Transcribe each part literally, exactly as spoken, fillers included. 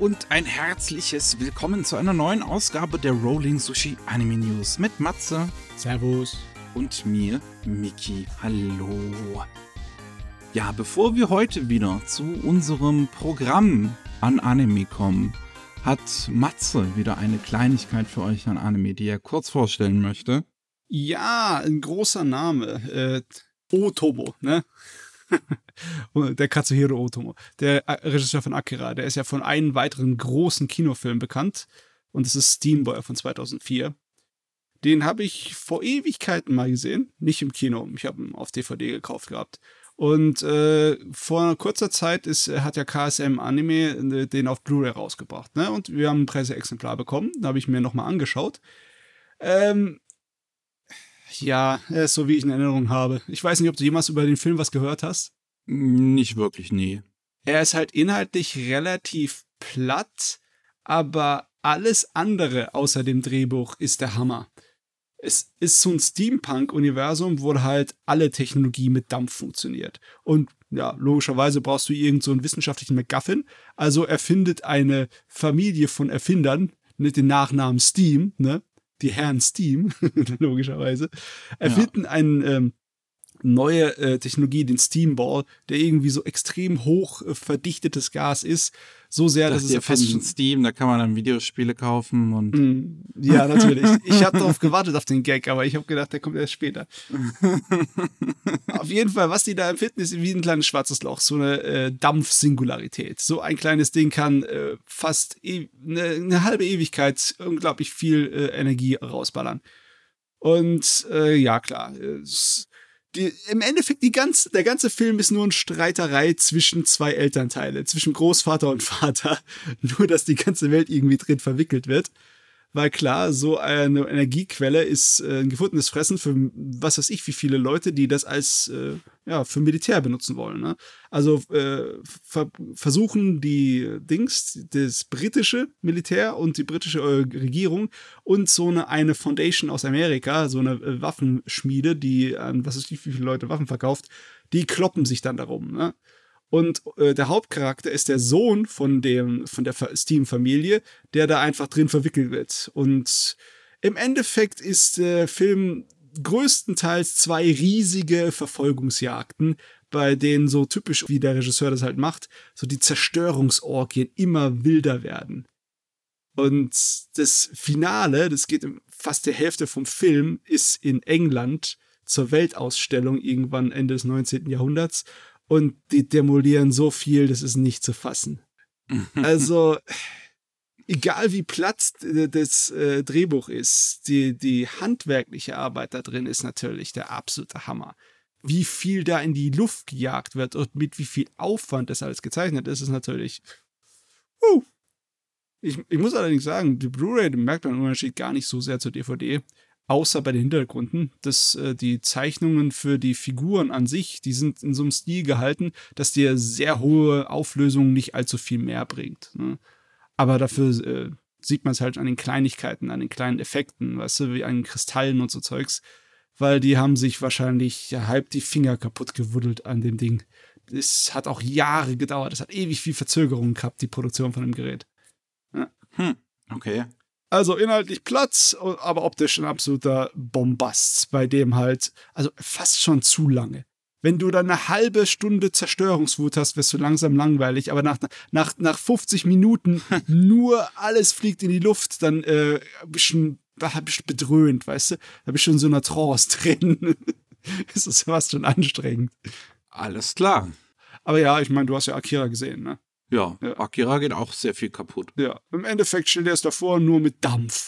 und ein herzliches Willkommen zu einer neuen Ausgabe der Rolling Sushi Anime News mit Matze. Servus. Und mir, Miki. Hallo. Ja, bevor wir heute wieder zu unserem Programm an Anime kommen, hat Matze wieder eine Kleinigkeit für euch an Anime, die er kurz vorstellen möchte. Ja, ein großer Name. Äh, Otomo, ne? Der Katsuhiro Otomo, der Regisseur von Akira, der ist ja von einem weiteren großen Kinofilm bekannt und das ist Steamboy von zweitausendvier. Den habe ich vor Ewigkeiten mal gesehen, nicht im Kino, ich habe ihn auf D V D gekauft gehabt. Und äh, vor kurzer Zeit ist, hat ja K S M Anime den auf Blu-ray rausgebracht, ne? Und wir haben ein Presseexemplar bekommen, da habe ich mir nochmal angeschaut. Ähm, Ja, er ist so, wie ich in Erinnerung habe. Ich weiß nicht, ob du jemals über den Film was gehört hast. Nicht wirklich, nee. Er ist halt inhaltlich relativ platt, aber alles andere außer dem Drehbuch ist der Hammer. Es ist so ein Steampunk-Universum, wo halt alle Technologie mit Dampf funktioniert. Und ja, logischerweise brauchst du irgend so einen wissenschaftlichen MacGuffin. Also erfindet eine Familie von Erfindern mit dem Nachnamen Steam, ne? Die Herren Steam, logischerweise, erfinden ja. eine ähm, neue äh, Technologie, den Steamball, der irgendwie so extrem hoch äh, verdichtetes Gas ist. So sehr, das dass es fast schon Steam, da kann man dann Videospiele kaufen und. Mm, ja, natürlich. Ich habe darauf gewartet auf den Gag, aber ich habe gedacht, der kommt erst später. Auf jeden Fall, was die da empfinden, ist wie ein kleines schwarzes Loch, so eine äh, Dampfsingularität. So ein kleines Ding kann äh, fast e- eine, eine halbe Ewigkeit unglaublich viel äh, Energie rausballern. Und äh, ja, klar, es, Die, im Endeffekt, die ganze, der ganze Film ist nur eine Streiterei zwischen zwei Elternteile, zwischen Großvater und Vater. Nur, dass die ganze Welt irgendwie drin verwickelt wird. Weil klar, so eine Energiequelle ist äh, ein gefundenes Fressen für was weiß ich, wie viele Leute, die das als äh, ja, für Militär benutzen wollen. Ne? Also äh, ver- versuchen die Dings, das britische Militär und die britische äh, Regierung und so eine, eine Foundation aus Amerika, so eine äh, Waffenschmiede, die an was weiß ich, wie viele Leute Waffen verkauft, die kloppen sich dann darum. Ne? Und äh, der Hauptcharakter ist der Sohn von dem von der Steam-Familie, der da einfach drin verwickelt wird. Und im Endeffekt ist der Film größtenteils zwei riesige Verfolgungsjagden, bei denen so typisch, wie der Regisseur das halt macht, so die Zerstörungsorgien immer wilder werden. Und das Finale, das geht fast der Hälfte vom Film, ist in England zur Weltausstellung irgendwann Ende des neunzehnten Jahrhunderts. Und die demolieren so viel, das ist nicht zu fassen. Also, egal wie platt das äh, Drehbuch ist, die, die handwerkliche Arbeit da drin ist natürlich der absolute Hammer. Wie viel da in die Luft gejagt wird und mit wie viel Aufwand das alles gezeichnet ist, ist natürlich. Uh. Ich, ich muss allerdings sagen, die Blu-ray, da merkt man den Unterschied gar nicht so sehr zur D V D. Außer bei den Hintergründen, dass äh, die Zeichnungen für die Figuren an sich, die sind in so einem Stil gehalten, dass dir sehr hohe Auflösung nicht allzu viel mehr bringt. Ne? Aber dafür äh, sieht man es halt an den Kleinigkeiten, an den kleinen Effekten, weißt du, wie an Kristallen und so Zeugs, weil die haben sich wahrscheinlich ja, halb die Finger kaputt gewuddelt an dem Ding. Es hat auch Jahre gedauert, es hat ewig viel Verzögerung gehabt, die Produktion von dem Gerät. Ja. Hm, okay. Also inhaltlich Platz, aber optisch ein absoluter Bombast, bei dem halt, also fast schon zu lange. Wenn du dann eine halbe Stunde Zerstörungswut hast, wirst du langsam langweilig, aber nach, nach, nach fünfzig Minuten nur alles fliegt in die Luft, dann äh, bist du bedröhnt, weißt du? Da bist du in so einer Trance drin. Das ist fast schon anstrengend. Alles klar. Aber ja, ich meine, du hast ja Akira gesehen, ne? Ja, ja, Akira geht auch sehr viel kaputt. Ja, im Endeffekt stellt er es davor nur mit Dampf.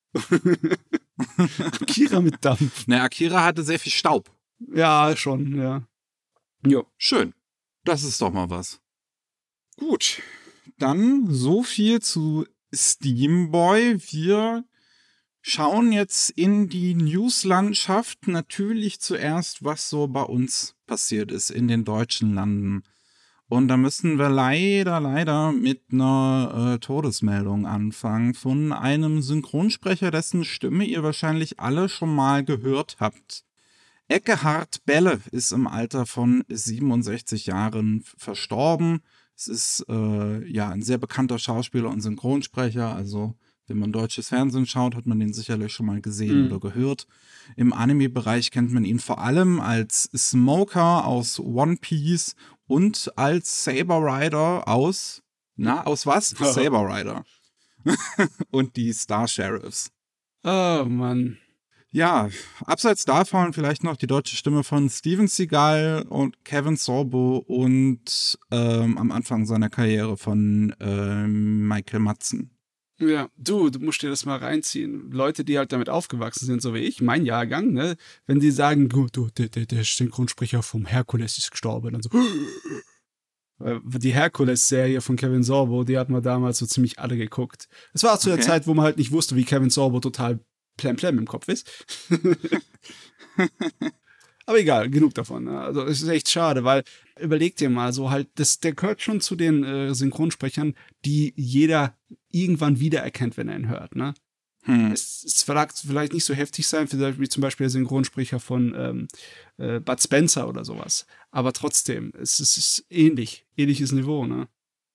Akira mit Dampf. Ne, Akira hatte sehr viel Staub. Ja, schon, ja. Jo. Schön. Das ist doch mal was. Gut. Dann so viel zu Steamboy. Wir schauen jetzt in die Newslandschaft. Natürlich zuerst, was so bei uns passiert ist in den deutschen Landen. Und da müssen wir leider, leider mit einer äh, Todesmeldung anfangen von einem Synchronsprecher, dessen Stimme ihr wahrscheinlich alle schon mal gehört habt. Ekkehard Belle ist im Alter von siebenundsechzig Jahren verstorben. Es ist äh, ja ein sehr bekannter Schauspieler und Synchronsprecher. Also, wenn man deutsches Fernsehen schaut, hat man den sicherlich schon mal gesehen Mhm. oder gehört. Im Anime-Bereich kennt man ihn vor allem als Smoker aus One Piece und als Saber Rider aus, na, aus was? Saber Rider. Und die Star Sheriffs. Oh, Mann. Ja, abseits davon vielleicht noch die deutsche Stimme von Steven Seagal und Kevin Sorbo und ähm, am Anfang seiner Karriere von ähm, Michael Madsen. Ja, du, du musst dir das mal reinziehen. Leute, die halt damit aufgewachsen sind, so wie ich, mein Jahrgang, ne, wenn die sagen, gut, du, der, der, der Synchronsprecher vom Herkules ist gestorben, dann so. Weil die Herkules-Serie von Kevin Sorbo, die hat man damals so ziemlich alle geguckt. Es war zu der Okay. Zeit, wo man halt nicht wusste, wie Kevin Sorbo total plemplem im Kopf ist. Aber egal, genug davon. Ne? Also es ist echt schade, weil überleg dir mal, so halt, das, der gehört schon zu den äh, Synchronsprechern, die jeder irgendwann wiedererkennt, wenn er ihn hört. Ne? Hm. Es, es vielleicht, vielleicht nicht so heftig sein, wie zum Beispiel der Synchronsprecher von ähm, äh, Bud Spencer oder sowas. Aber trotzdem, es, es ist ähnlich, ähnliches Niveau. Ne?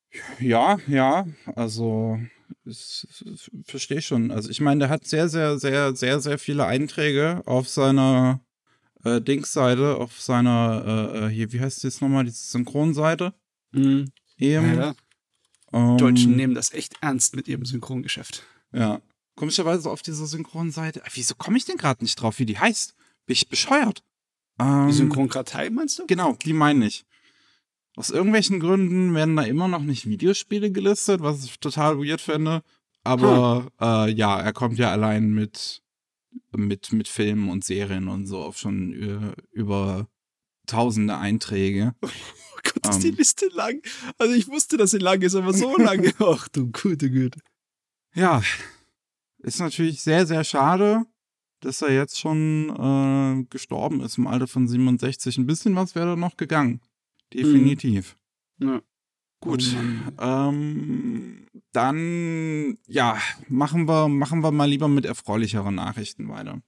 Ja, ja, also ich, ich verstehe schon. Also ich meine, der hat sehr, sehr, sehr, sehr, sehr viele Einträge auf seiner äh, Dingsseite, auf seiner, äh, hier, wie heißt das nochmal, diese Synchronseite? Mhm. Eben. Ja, ja. Ähm, Deutschen nehmen das echt ernst mit ihrem Synchrongeschäft. Ja. Komischerweise auf dieser Synchronseite. Wieso komme ich denn gerade nicht drauf, wie die heißt? Bin ich bescheuert? Ähm, Die Synchronkartei, meinst du? Genau, die meine ich. Aus irgendwelchen Gründen werden da immer noch nicht Videospiele gelistet, was ich total weird finde. Aber hm. äh, ja, er kommt ja allein mit, mit, mit Filmen und Serien und so auf schon über, über tausende Einträge. Oh Gott, ist die Liste lang. Also ich wusste, dass sie lang ist, aber so lange. Ach du gute Güte. Ja, ist natürlich sehr, sehr schade, dass er jetzt schon äh, gestorben ist im Alter von siebenundsechzig. Ein bisschen was wäre da noch gegangen. Definitiv. Mhm. Ja. Gut. Oh ähm, dann, ja, machen wir, machen wir mal lieber mit erfreulicheren Nachrichten weiter.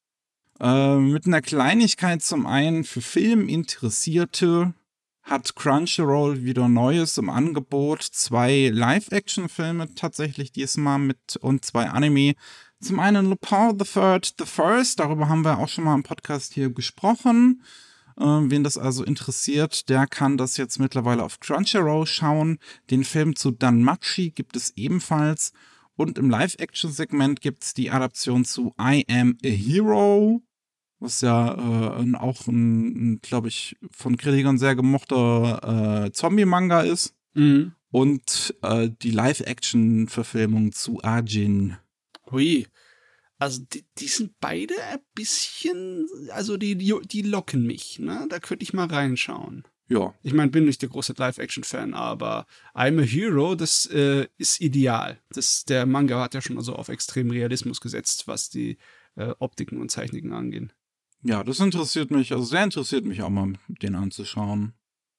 Äh, mit einer Kleinigkeit zum einen für Filminteressierte hat Crunchyroll wieder Neues im Angebot. Zwei Live-Action-Filme tatsächlich diesmal mit und zwei Anime. Zum einen Lupin the Third, The First, darüber haben wir auch schon mal im Podcast hier gesprochen. Äh, wen das also interessiert, der kann das jetzt mittlerweile auf Crunchyroll schauen. Den Film zu Danmachi gibt es ebenfalls. Und im Live-Action-Segment gibt es die Adaption zu I Am a Hero, was ja äh, auch ein, ein glaube ich, von Kritikern sehr gemochter äh, Zombie-Manga ist. Mhm. Und äh, die Live-Action-Verfilmung zu Ajin. Hui. Also die, die sind beide ein bisschen, also die, die, die locken mich, ne? Da könnte ich mal reinschauen. Ja. Ich meine, bin nicht der große Live-Action-Fan, aber I'm a Hero, das äh, ist ideal. Das, der Manga hat ja schon so auf extremen Realismus gesetzt, was die äh, Optiken und Techniken angehen. Ja, das interessiert mich, also sehr interessiert mich auch mal, den anzuschauen.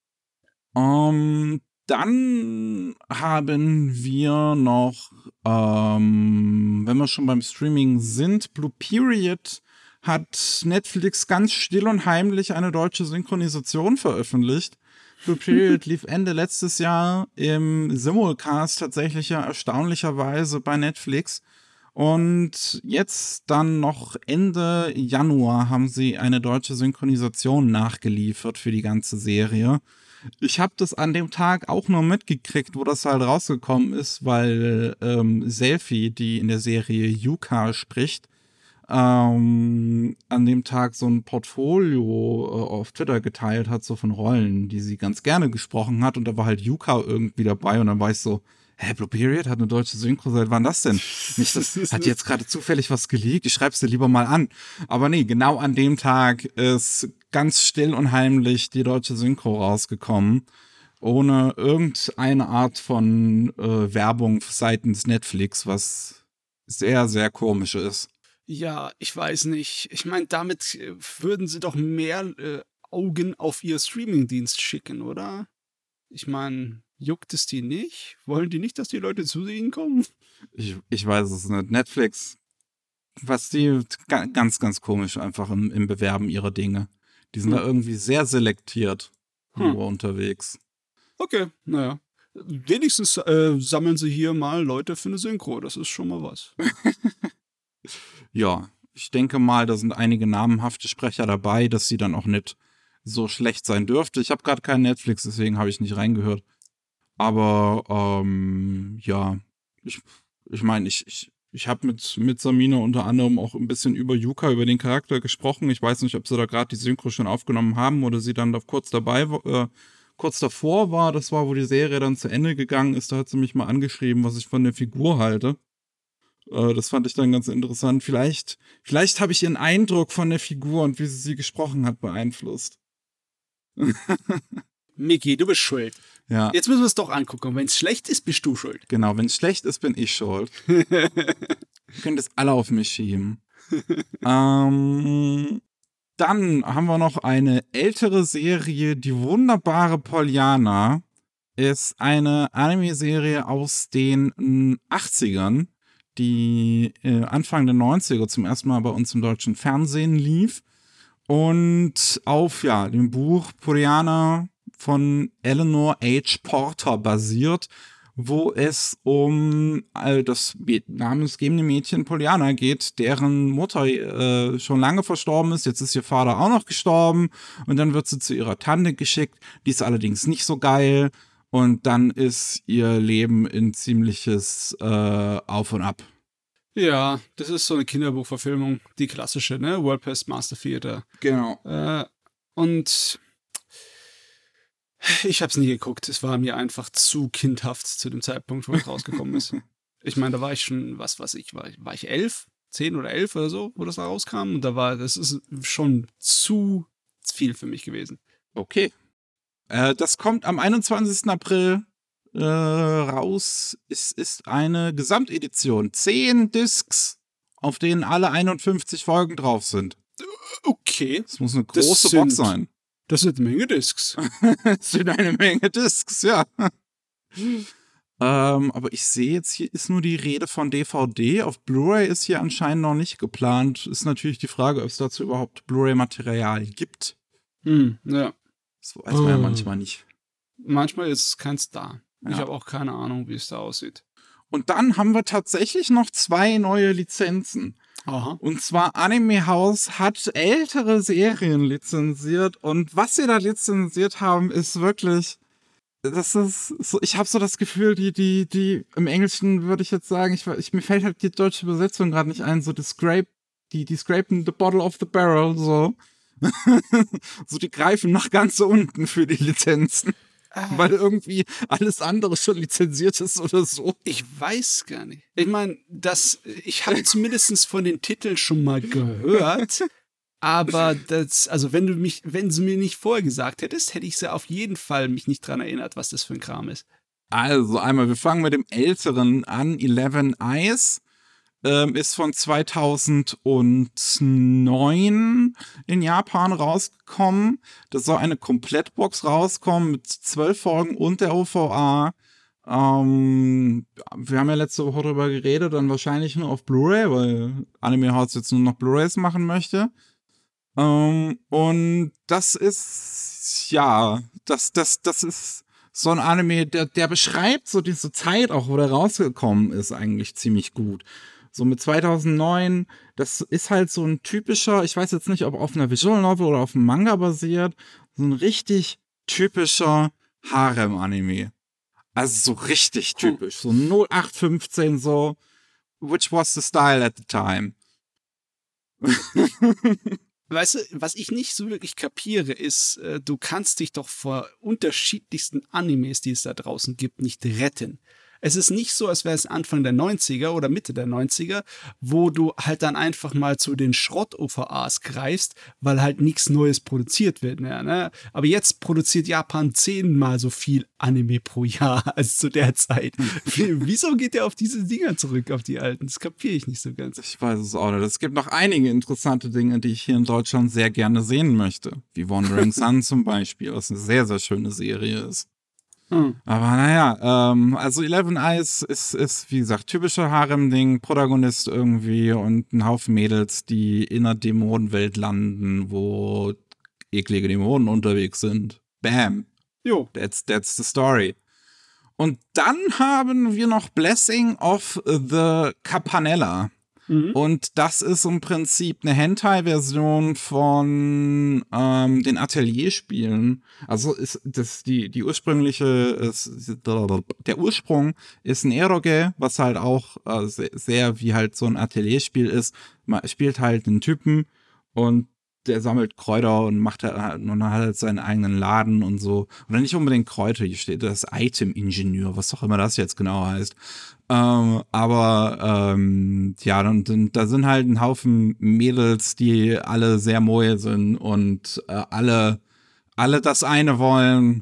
Ähm, dann haben wir noch, ähm, wenn wir schon beim Streaming sind, Blue Period hat Netflix ganz still und heimlich eine deutsche Synchronisation veröffentlicht. Blue Period lief Ende letztes Jahr im Simulcast tatsächlich ja erstaunlicherweise bei Netflix. Und jetzt dann noch Ende Januar haben sie eine deutsche Synchronisation nachgeliefert für die ganze Serie. Ich habe das an dem Tag auch nur mitgekriegt, wo das halt rausgekommen ist, weil ähm, Selfie, die in der Serie Yuka spricht, ähm, an dem Tag so ein Portfolio äh, auf Twitter geteilt hat, so von Rollen, die sie ganz gerne gesprochen hat. Und da war halt Yuka irgendwie dabei und dann war ich so, hä, Blue Period hat eine deutsche Synchro, seit wann das denn? Nicht, das hat jetzt gerade zufällig was geleakt, ich schreib's dir lieber mal an. Aber nee, genau an dem Tag ist ganz still und heimlich die deutsche Synchro rausgekommen, ohne irgendeine Art von äh, Werbung seitens Netflix, was sehr, sehr komisch ist. Ja, ich weiß nicht. Ich meine, damit äh, würden sie doch mehr äh, Augen auf ihr Streamingdienst schicken, oder? Ich meine, juckt es die nicht? Wollen die nicht, dass die Leute zu ihnen kommen? Ich, ich weiß es nicht. Netflix, was die ganz, ganz komisch einfach im, im Bewerben ihrer Dinge. Die sind hm. da irgendwie sehr selektiert hm. nur unterwegs. Okay, naja. Wenigstens äh, sammeln sie hier mal Leute für eine Synchro. Das ist schon mal was. Ja, ich denke mal, da sind einige namhafte Sprecher dabei, dass sie dann auch nicht so schlecht sein dürfte. Ich habe gerade keinen Netflix, deswegen habe ich nicht reingehört. Aber ähm, ja, ich ich meine, ich, ich, ich habe mit, mit Samina unter anderem auch ein bisschen über Yuka, über den Charakter gesprochen. Ich weiß nicht, ob sie da gerade die Synchro schon aufgenommen haben oder sie dann da kurz dabei war, äh, kurz davor war. Das war, wo die Serie dann zu Ende gegangen ist. Da hat sie mich mal angeschrieben, was ich von der Figur halte. Äh, das fand ich dann ganz interessant. Vielleicht, vielleicht habe ich ihren Eindruck von der Figur und wie sie sie gesprochen hat beeinflusst. Miki, du bist schuld. Ja. Jetzt müssen wir es doch angucken. Wenn es schlecht ist, bist du schuld. Genau, wenn es schlecht ist, bin ich schuld. Ihr könnt es alle auf mich schieben. ähm, dann haben wir noch eine ältere Serie, die wunderbare Pollyanna. Ist eine Anime-Serie aus den achtzigern, die äh, Anfang der neunziger zum ersten Mal bei uns im deutschen Fernsehen lief. Und auf ja dem Buch Pollyanna von Eleanor H. Porter basiert, wo es um äh, das namensgebende Mädchen Pollyanna geht, deren Mutter äh, schon lange verstorben ist. Jetzt ist ihr Vater auch noch gestorben und dann wird sie zu ihrer Tante geschickt. Die ist allerdings nicht so geil und dann ist ihr Leben in ziemliches äh, Auf und Ab. Ja, das ist so eine Kinderbuchverfilmung, die klassische, ne? World Best Master Theater. Genau. Äh, und ich hab's nie geguckt. Es war mir einfach zu kindhaft zu dem Zeitpunkt, wo es rausgekommen ist. Ich meine, da war ich schon, was weiß ich, war, war ich elf? Zehn oder elf oder so, wo das da rauskam. Und da war, das ist schon zu viel für mich gewesen. Okay. Äh, das kommt am einundzwanzigsten April äh, raus. Es ist eine Gesamtedition. Zehn Discs, auf denen alle einundfünfzig Folgen drauf sind. Okay. Das muss eine große sind, Box sein. Das sind eine Menge Discs. Das sind eine Menge Discs, ja. ähm, aber ich sehe jetzt, hier ist nur die Rede von D V D. Auf Blu-ray ist hier anscheinend noch nicht geplant. Ist natürlich die Frage, ob es dazu überhaupt Blu-ray-Material gibt. Hm, ja. Das weiß man oh. ja manchmal nicht. Manchmal ist es keins da. Ja. Ich habe auch keine Ahnung, wie es da aussieht. Und dann haben wir tatsächlich noch zwei neue Lizenzen. Aha. Und zwar Anime House hat ältere Serien lizenziert und was sie da lizenziert haben, ist wirklich, das ist so, ich habe so das Gefühl, die, die, die, im Englischen würde ich jetzt sagen, ich, ich mir fällt halt die deutsche Übersetzung gerade nicht ein, so die scrape, die, die scrapen the bottle of the barrel, so. So, die greifen nach ganz unten für die Lizenzen. Weil irgendwie alles andere schon lizenziert ist oder so. Ich weiß gar nicht. Ich meine, das, ich habe zumindest von den Titeln schon mal gehört, aber das, also wenn du mich, wenn du mir nicht vorher gesagt hättest, hätte ich sie auf jeden Fall mich nicht dran erinnert, was das für ein Kram ist. Also einmal, wir fangen mit dem älteren an. Eleven Eyes ähm, ist von zweitausendneun in Japan rausgekommen. Das soll eine Komplettbox rauskommen mit zwölf Folgen und der O V A. Ähm, wir haben ja letzte Woche darüber geredet, dann wahrscheinlich nur auf Blu-ray, weil Anime House jetzt nur noch Blu-rays machen möchte. Ähm, und das ist, ja, das, das, das ist so ein Anime, der, der beschreibt so diese Zeit auch, wo der rausgekommen ist, eigentlich ziemlich gut. So mit zweitausendneun, das ist halt so ein typischer, ich weiß jetzt nicht, ob auf einer Visual Novel oder auf einem Manga basiert, so ein richtig typischer Harem-Anime. Also so richtig typisch, so null acht fünfzehn so, which was the style at the time. Weißt du, was ich nicht so wirklich kapiere, ist, äh, du kannst dich doch vor unterschiedlichsten Animes, die es da draußen gibt, nicht retten. Es ist nicht so, als wäre es Anfang der neunziger oder Mitte der neunziger, wo du halt dann einfach mal zu den Schrott-O V As greifst, weil halt nichts Neues produziert wird mehr, ne? Aber jetzt produziert Japan zehnmal so viel Anime pro Jahr als zu der Zeit. Wieso geht der auf diese Dinger zurück, auf die alten? Das kapiere ich nicht so ganz. Ich weiß es auch nicht. Es gibt noch einige interessante Dinge, die ich hier in Deutschland sehr gerne sehen möchte. Wie Wandering Sun zum Beispiel, was eine sehr, sehr schöne Serie ist. Hm. Aber naja, ähm, also Eleven Eyes ist, ist, wie gesagt, typischer Harem-Ding, Protagonist irgendwie und ein Haufen Mädels, die in einer Dämonenwelt landen, wo eklige Dämonen unterwegs sind. Bam. Jo. That's, that's the story. Und dann haben wir noch Blessing of the Campanella. Mhm. Und das ist im Prinzip eine Hentai-Version von ähm, den Atelierspielen. Also ist das die die ursprüngliche ist, der Ursprung ist ein Eroge, was halt auch äh, sehr, sehr wie halt so ein Atelierspiel ist. Man spielt halt einen Typen und der sammelt Kräuter und macht halt, und hat halt seinen eigenen Laden und so. Oder nicht unbedingt Kräuter, hier steht das Item-Ingenieur, was auch immer das jetzt genau heißt. Ähm, aber ähm, ja, dann, dann, da sind halt ein Haufen Mädels, die alle sehr moje sind und äh, alle, alle das eine wollen.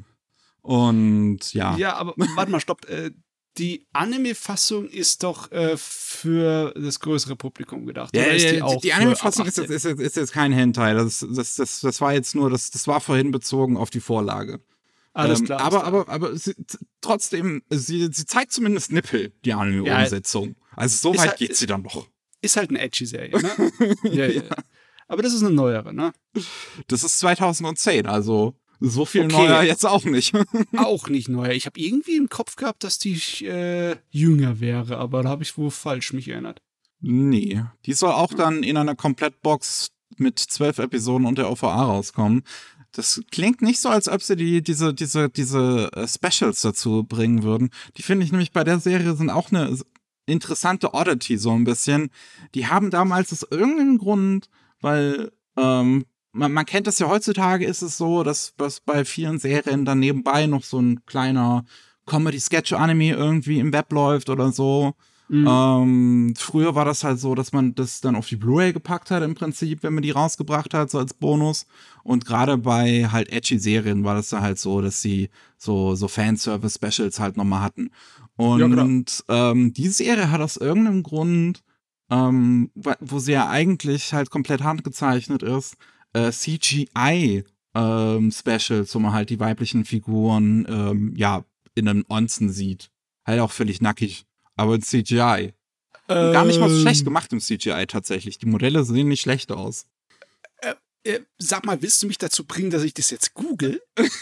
Und ja. Ja, aber warte mal, stopp. Äh, die Anime-Fassung ist doch äh, für das größere Publikum gedacht. Ja, oder ist die, die, auch die Anime-Fassung ist, ist, ist, ist jetzt kein Hentai. Das, das, das, das war jetzt nur, das, das war vorhin bezogen auf die Vorlage. Alles ähm, klar. Aber, aber, aber sie, trotzdem, sie, sie zeigt zumindest Nippel, die Anime-Umsetzung. Ja, also so weit halt, geht sie dann doch. Ist halt eine Edgy-Serie, ne? ja, ja. Aber das ist eine neuere, ne? Das ist zweitausendzehn, also so viel okay. neuer jetzt auch nicht. Auch nicht neuer. Ich habe irgendwie im Kopf gehabt, dass die äh, jünger wäre, aber da habe ich wohl falsch mich erinnert. Nee, die soll auch dann in einer Komplettbox mit zwölf Episoden und der O V A rauskommen. Das klingt nicht so, als ob sie die, diese, diese, diese äh, Specials dazu bringen würden. Die finde ich nämlich bei der Serie sind auch eine interessante Oddity, so ein bisschen. Die haben damals aus irgendeinem Grund, weil, ähm, man, man kennt das ja heutzutage, ist es so, dass, dass bei vielen Serien dann nebenbei noch so ein kleiner Comedy-Sketch-Anime irgendwie im Web läuft oder so. Mhm. Ähm, früher war das halt so, dass man das dann auf die Blu-ray gepackt hat im Prinzip, wenn man die rausgebracht hat, so als Bonus. Und gerade bei halt Edgy-Serien war das da halt so, dass sie so, so Fanservice-Specials halt nochmal hatten. Und ja, genau. ähm, die Serie hat aus irgendeinem Grund, ähm, wo sie ja eigentlich halt komplett handgezeichnet ist, äh, C G I ähm, Specials, wo man halt die weiblichen Figuren ähm, ja in einem Onsen sieht. Halt auch völlig nackig. Aber in C G I. Ähm, Gar nicht mal so schlecht gemacht im C G I tatsächlich. Die Modelle sehen nicht schlecht aus. Äh, äh, sag mal, willst du mich dazu bringen, dass ich das jetzt google?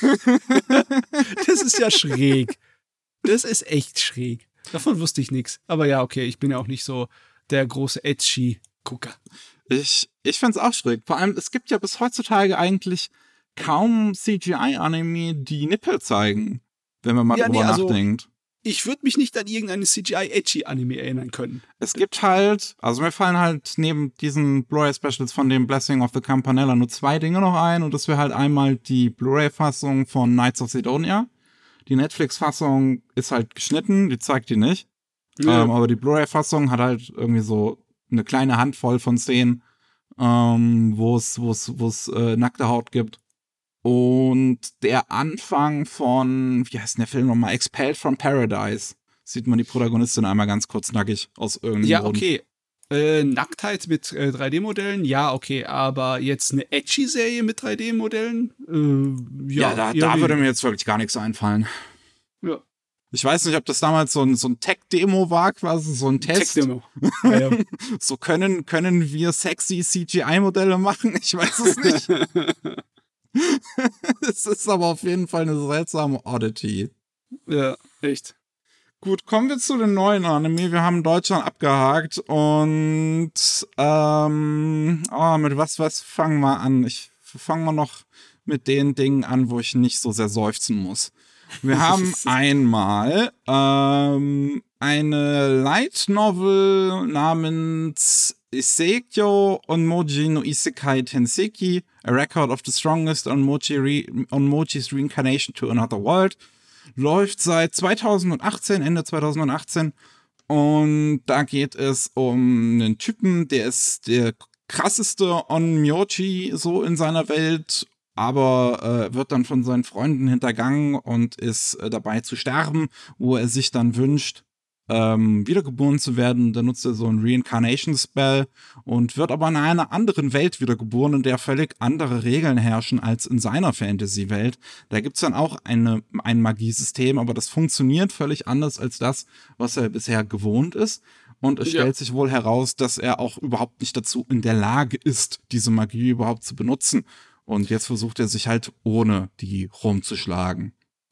Das ist ja schräg. Das ist echt schräg. Davon wusste ich nichts. Aber ja, okay, ich bin ja auch nicht so der große Edgy-Gucker. Ich, ich find's auch schräg. Vor allem, es gibt ja bis heutzutage eigentlich kaum C G I-Anime, die Nippel zeigen. Wenn man mal ja, drüber nee, also nachdenkt. Ich würde mich nicht an irgendeine C G I-Edgy-Anime erinnern können. Es gibt halt, also mir fallen halt neben diesen Blu-ray-Specials von dem Blessing of the Campanella nur zwei Dinge noch ein. Und das wäre halt einmal die Blu-ray-Fassung von Knights of Sidonia. Die Netflix-Fassung ist halt geschnitten, die zeigt die nicht. Ja. Ähm, aber die Blu-ray-Fassung hat halt irgendwie so eine kleine Handvoll von Szenen, ähm, wo es wo es wo es äh, nackte Haut gibt. Und der Anfang von, wie heißt denn der Film nochmal? Expelled from Paradise. Sieht man die Protagonistin einmal ganz kurz nackig aus irgendeinem Ja, Grund. okay. Äh, Nacktheit mit äh, drei D-Modellen, ja, okay. Aber jetzt eine Edgy-Serie mit drei D-Modellen? Äh, ja, ja, da, da würde mir jetzt wirklich gar nichts einfallen. Ja. Ich weiß nicht, ob das damals so ein, so ein Tech-Demo war, quasi so ein Test. Tech-Demo. Ja, ja. So können, können wir sexy C G I-Modelle machen? Ich weiß es nicht. Es ist aber auf jeden Fall eine seltsame Oddity. Ja, echt. Gut, kommen wir zu den neuen Anime. Wir haben Deutschland abgehakt und ähm, oh, mit was, was fangen wir an? Ich fange mal noch mit den Dingen an, wo ich nicht so sehr seufzen muss. Wir haben einmal ähm, eine Light Novel namens Iseikyo Onmoji no Isekai Tenseki, A Record of the Strongest Onmoji Re- Onmoji's Reincarnation to Another World. Läuft seit zweitausendachtzehn, Ende zweitausendachtzehn. Und da geht es um einen Typen, der ist der krasseste Onmyoji so in seiner Welt, aber äh, wird dann von seinen Freunden hintergangen und ist äh, dabei zu sterben, wo er sich dann wünscht, ähm, wiedergeboren zu werden. Da nutzt er so einen Reincarnation-Spell und wird aber in einer anderen Welt wiedergeboren, in der völlig andere Regeln herrschen als in seiner Fantasy-Welt. Da gibt's dann auch eine, ein Magiesystem, aber das funktioniert völlig anders als das, was er bisher gewohnt ist. Und es ja. stellt sich wohl heraus, dass er auch überhaupt nicht dazu in der Lage ist, diese Magie überhaupt zu benutzen. Und jetzt versucht er sich halt ohne die rumzuschlagen.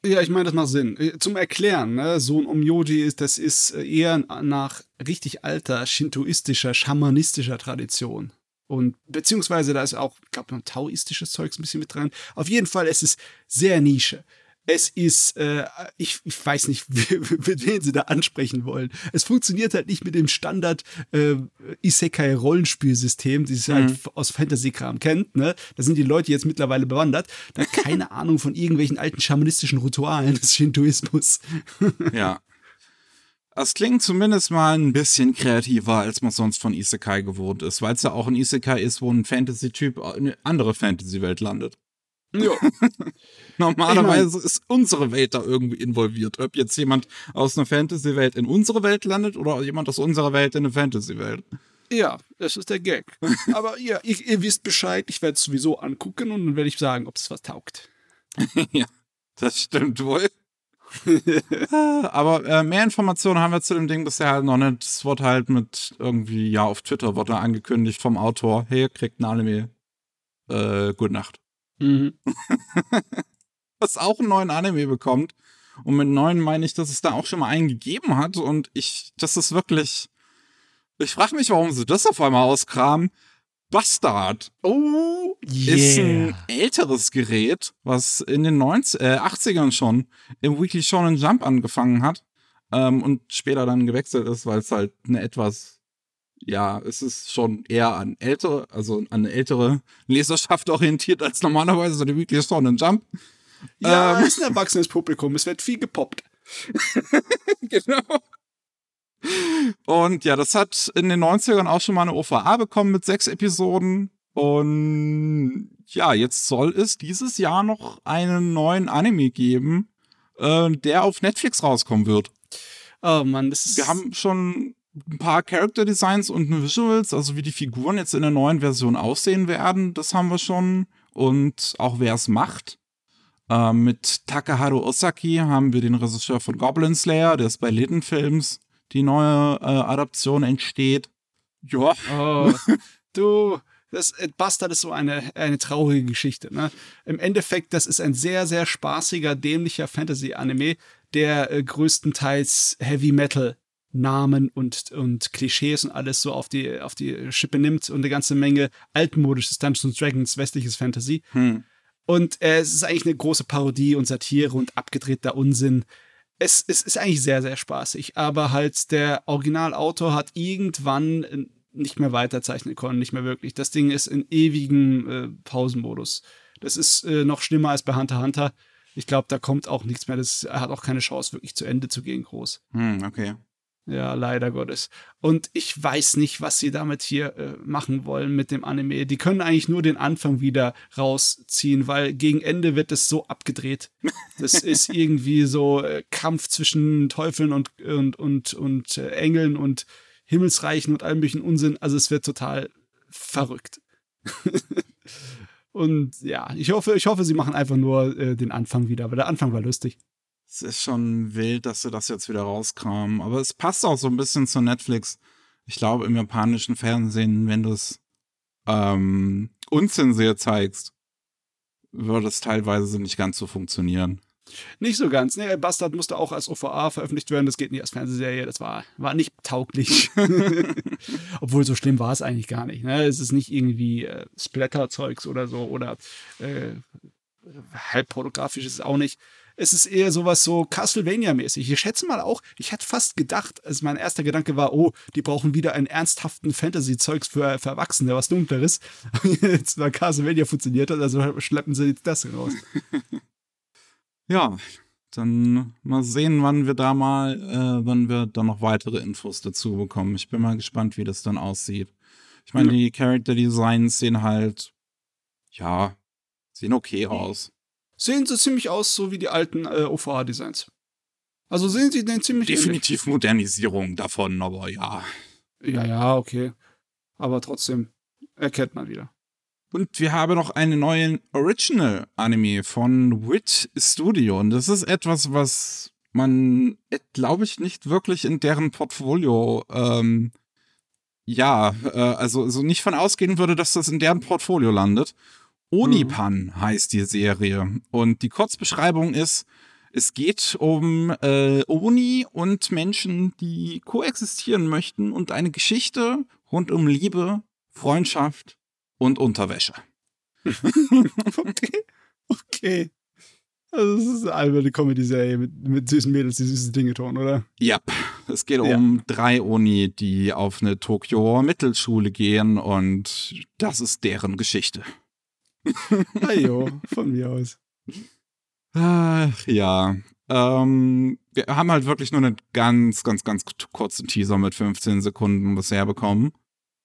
Ja, ich meine, das macht Sinn. Äh, Zum Erklären, ne? So ein Onmyoji ist, das ist äh, eher nach richtig alter shintoistischer, schamanistischer Tradition. Und beziehungsweise da ist auch, ich glaube, noch taoistisches Zeugs ein bisschen mit dran. Auf jeden Fall, es ist sehr Nische. Es ist, äh, ich, ich weiß nicht, mit wen sie da ansprechen wollen. Es funktioniert halt nicht mit dem Standard äh, Isekai-Rollenspielsystem, das ihr halt Mhm. f- aus Fantasy-Kram kennt. Ne? Da sind die Leute jetzt mittlerweile bewandert. Da hat keine Ahnung von irgendwelchen alten schamanistischen Ritualen des Shintoismus. Ja. Das klingt zumindest mal ein bisschen kreativer, als man sonst von Isekai gewohnt ist, weil es ja auch ein Isekai ist, wo ein Fantasy-Typ in eine andere Fantasy-Welt landet. Ja. Normalerweise ist unsere Welt da irgendwie involviert. Ob jetzt jemand aus einer Fantasy-Welt in unsere Welt landet oder jemand aus unserer Welt in eine Fantasy-Welt. Ja, das ist der Gag. Aber ja, ihr, ihr wisst Bescheid, ich werde es sowieso angucken und dann werde ich sagen, ob es was taugt. Ja, das stimmt wohl. Aber äh, mehr Informationen haben wir zu dem Ding bisher halt noch nicht. Es wird halt mit irgendwie, ja, auf Twitter wurde angekündigt vom Autor, hey, kriegt ein Anime. Äh, gute Nacht. Mhm. Was auch einen neuen Anime bekommt. Und mit neuen meine ich, dass es da auch schon mal einen gegeben hat. Und ich, das ist wirklich. Ich frage mich, warum sie das auf einmal auskramen. Bastard Oh, ist ein yeah. älteres Gerät, was in den neunzig, äh, achtzigern schon im Weekly Shonen Jump angefangen hat. Ähm, und später dann gewechselt ist, weil es halt eine etwas. Ja, es ist schon eher an ältere, also an eine ältere Leserschaft orientiert als normalerweise so die Weekly Shonen Jump. Ja, Ähm. es ist ein erwachsenes Publikum, es wird viel gepoppt. Genau. Und ja, das hat in den neunzigern auch schon mal eine O V A bekommen mit sechs Episoden. Und ja, jetzt soll es dieses Jahr noch einen neuen Anime geben, äh, der auf Netflix rauskommen wird. Oh Mann, das ist. Wir haben schon ein paar Character Designs und Visuals, also wie die Figuren jetzt in der neuen Version aussehen werden, das haben wir schon. Und auch wer es macht. Äh, mit Takaharu Osaki haben wir den Regisseur von Goblin Slayer, der ist bei Lidden Films, die neue äh, Adaption entsteht. Ja. Oh, du, das äh, Bastard ist so eine, eine traurige Geschichte. Ne? Im Endeffekt, das ist ein sehr, sehr spaßiger, dämlicher Fantasy-Anime, der äh, größtenteils Heavy Metal Namen und, und Klischees und alles so auf die, auf die Schippe nimmt und eine ganze Menge altmodisches Dungeons Dragons, westliches Fantasy. Hm. Und äh, es ist eigentlich eine große Parodie und Satire und abgedrehter Unsinn. Es, es ist eigentlich sehr, sehr spaßig, aber halt der Originalautor hat irgendwann äh, nicht mehr weiterzeichnen können, nicht mehr wirklich. Das Ding ist in ewigem äh, Pausenmodus. Das ist äh, noch schlimmer als bei Hunter x Hunter. Ich glaube, da kommt auch nichts mehr. Das er hat auch keine Chance, wirklich zu Ende zu gehen, groß. Hm, okay. Ja, leider Gottes. Und ich weiß nicht, was sie damit hier äh, machen wollen mit dem Anime. Die können eigentlich nur den Anfang wieder rausziehen, weil gegen Ende wird es so abgedreht. Das ist irgendwie so äh, Kampf zwischen Teufeln und, und, und, und äh, Engeln und Himmelsreichen und allem möglichen Unsinn. Also es wird total verrückt. Und ja, ich hoffe, ich hoffe, sie machen einfach nur äh, den Anfang wieder, weil der Anfang war lustig. Es ist schon wild, dass sie das jetzt wieder rauskramen. Aber es passt auch so ein bisschen zu Netflix. Ich glaube, im japanischen Fernsehen, wenn du es ähm, unzensiert zeigst, würde es teilweise nicht ganz so funktionieren. Nicht so ganz. Nee, Bastard musste auch als O V A veröffentlicht werden. Das geht nicht als Fernsehserie. Das war, war nicht tauglich. Obwohl, so schlimm war es eigentlich gar nicht. Ne? Es ist nicht irgendwie äh, Splatter-Zeugs oder so oder äh, halb pornografisch ist es auch nicht. Es ist eher sowas so Castlevania-mäßig. Ich schätze mal auch, ich hätte fast gedacht, also mein erster Gedanke war, oh, die brauchen wieder einen ernsthaften Fantasy-Zeugs für, für Erwachsene, was Dunkleres. Jetzt, weil Castlevania funktioniert hat, also schleppen sie jetzt das raus. Ja, dann mal sehen, wann wir da mal, äh, wann wir da noch weitere Infos dazu bekommen. Ich bin mal gespannt, wie das dann aussieht. Ich meine, Ja. die Character Designs sehen halt, ja, sehen okay aus. Sehen so ziemlich aus, so wie die alten äh, O V A-Designs. Also sehen sie den ziemlich Definitiv Modernisierung davon, aber ja. ähnlich. Ja, ja, okay. Aber trotzdem erkennt man wieder. Und wir haben noch einen neuen Original-Anime von Wit Studio. Und das ist etwas, was man, glaube ich, nicht wirklich in deren Portfolio, ähm, ja, äh, also, also nicht von ausgehen würde, dass das in deren Portfolio landet. Onipan heißt die Serie. Und die Kurzbeschreibung ist, Es geht um äh, Oni und Menschen, die koexistieren möchten und eine Geschichte rund um Liebe, Freundschaft und Unterwäsche. Okay. Okay. Also das ist eine alberne Comedy-Serie mit, mit süßen Mädels, die süße Dinge tun, oder? Ja, es geht Ja. um drei Oni, die auf eine Tokio-Mittelschule gehen und das ist deren Geschichte. Ah jo, von mir aus. Ach, ja. Ähm, wir haben halt wirklich nur einen ganz, ganz, ganz kurzen Teaser mit fünfzehn Sekunden bisher bekommen.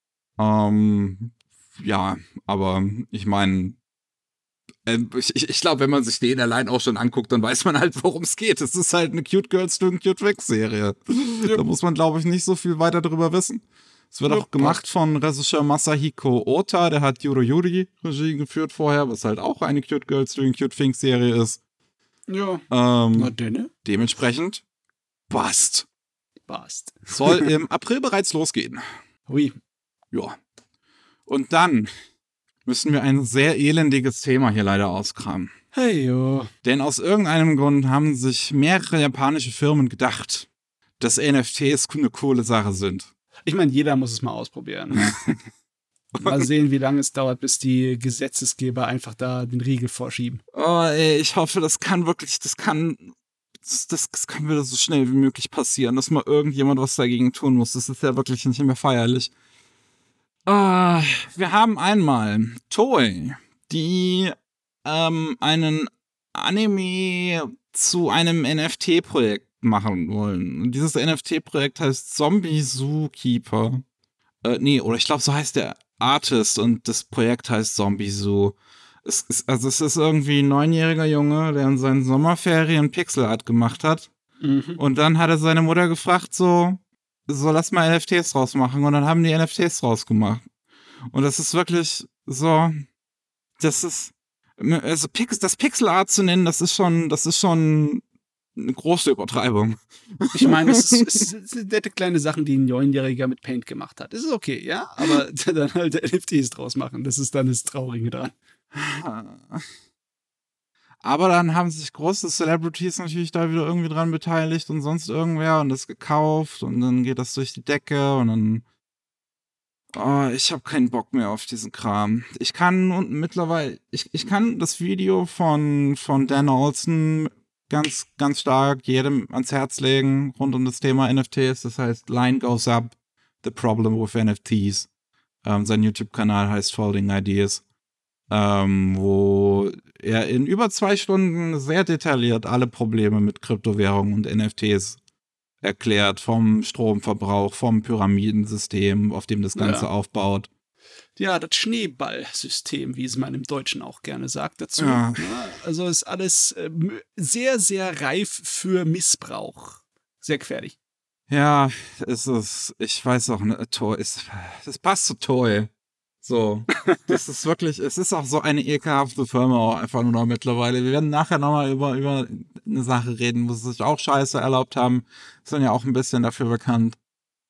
Ähm, ja, aber ich meine, äh, ich, ich, ich glaube, wenn man sich den allein auch schon anguckt, dann weiß man halt, worum es geht. Es ist halt eine Cute Girls doing Cute Tricks Serie. Ja. Da muss man, glaube ich, nicht so viel weiter drüber wissen. Es wird Ja, auch gemacht von Regisseur Masahiko Ota, der hat Yuru Yuri Regie geführt vorher, was halt auch eine Cute Girls doing Cute Things Serie ist. Ja. Ähm, Na denn? dementsprechend passt. Passt. Soll im April bereits losgehen. Hui. Ja. Und dann müssen wir ein sehr elendiges Thema hier leider auskramen. Hey jo. Denn aus irgendeinem Grund haben sich mehrere japanische Firmen gedacht, dass N F Ts eine coole Sache sind. Ich meine, jeder muss es mal ausprobieren. Mal sehen, wie lange es dauert, bis die Gesetzesgeber einfach da den Riegel vorschieben. Oh, ey, ich hoffe, das kann wirklich, das kann, das, das, das kann wieder so schnell wie möglich passieren, dass mal irgendjemand was dagegen tun muss. Das ist ja wirklich nicht mehr feierlich. Ah, wir haben einmal Toei, die ähm, einen Anime zu einem N F T-Projekt machen wollen. Und dieses N F T-Projekt heißt Zombie Zookeeper. Äh, nee, oder ich glaube, so heißt der Artist und das Projekt heißt Zombie Zoo. Es ist, also es ist irgendwie ein neunjähriger Junge, der in seinen Sommerferien Pixelart gemacht hat. Mhm. Und dann hat er seine Mutter gefragt, so, so lass mal N F Ts draus machen. Und dann haben die N F Ts draus gemacht. Und das ist wirklich so, das ist, also Pix, das Pixelart zu nennen, das ist schon, das ist schon eine große Übertreibung. Ich meine, es, ist, es sind nette kleine Sachen, die ein Neunjähriger mit Paint gemacht hat. Das ist okay, ja, aber dann halt N F Ts draus machen, das ist dann das Traurige dran. Aber dann haben sich große Celebrities natürlich da wieder irgendwie dran beteiligt und sonst irgendwer und das gekauft und dann geht das durch die Decke und dann oh, ich habe keinen Bock mehr auf diesen Kram. Ich kann und mittlerweile, ich, ich kann das Video von, von Dan Olson ganz, ganz stark jedem ans Herz legen rund um das Thema N F Ts. Das heißt Line Goes Up, The Problem with N F Ts. Ähm, sein YouTube-Kanal heißt Folding Ideas, ähm, wo er in über zwei Stunden sehr detailliert alle Probleme mit Kryptowährungen und N F Ts erklärt, vom Stromverbrauch, vom Pyramidensystem, auf dem das Ganze Ja. aufbaut. Ja, das Schneeballsystem, wie es man im Deutschen auch gerne sagt dazu. Ja. Ja, also ist alles äh, sehr, sehr reif für Missbrauch. Sehr gefährlich. Ja, es ist, ich weiß auch nicht, Toy, es, das passt zu Toy. So, das ist wirklich, es ist auch so eine ekelhafte Firma auch einfach nur noch mittlerweile. Wir werden nachher nochmal über, über eine Sache reden, wo sie sich auch Scheiße erlaubt haben. Sind ja auch ein bisschen dafür bekannt.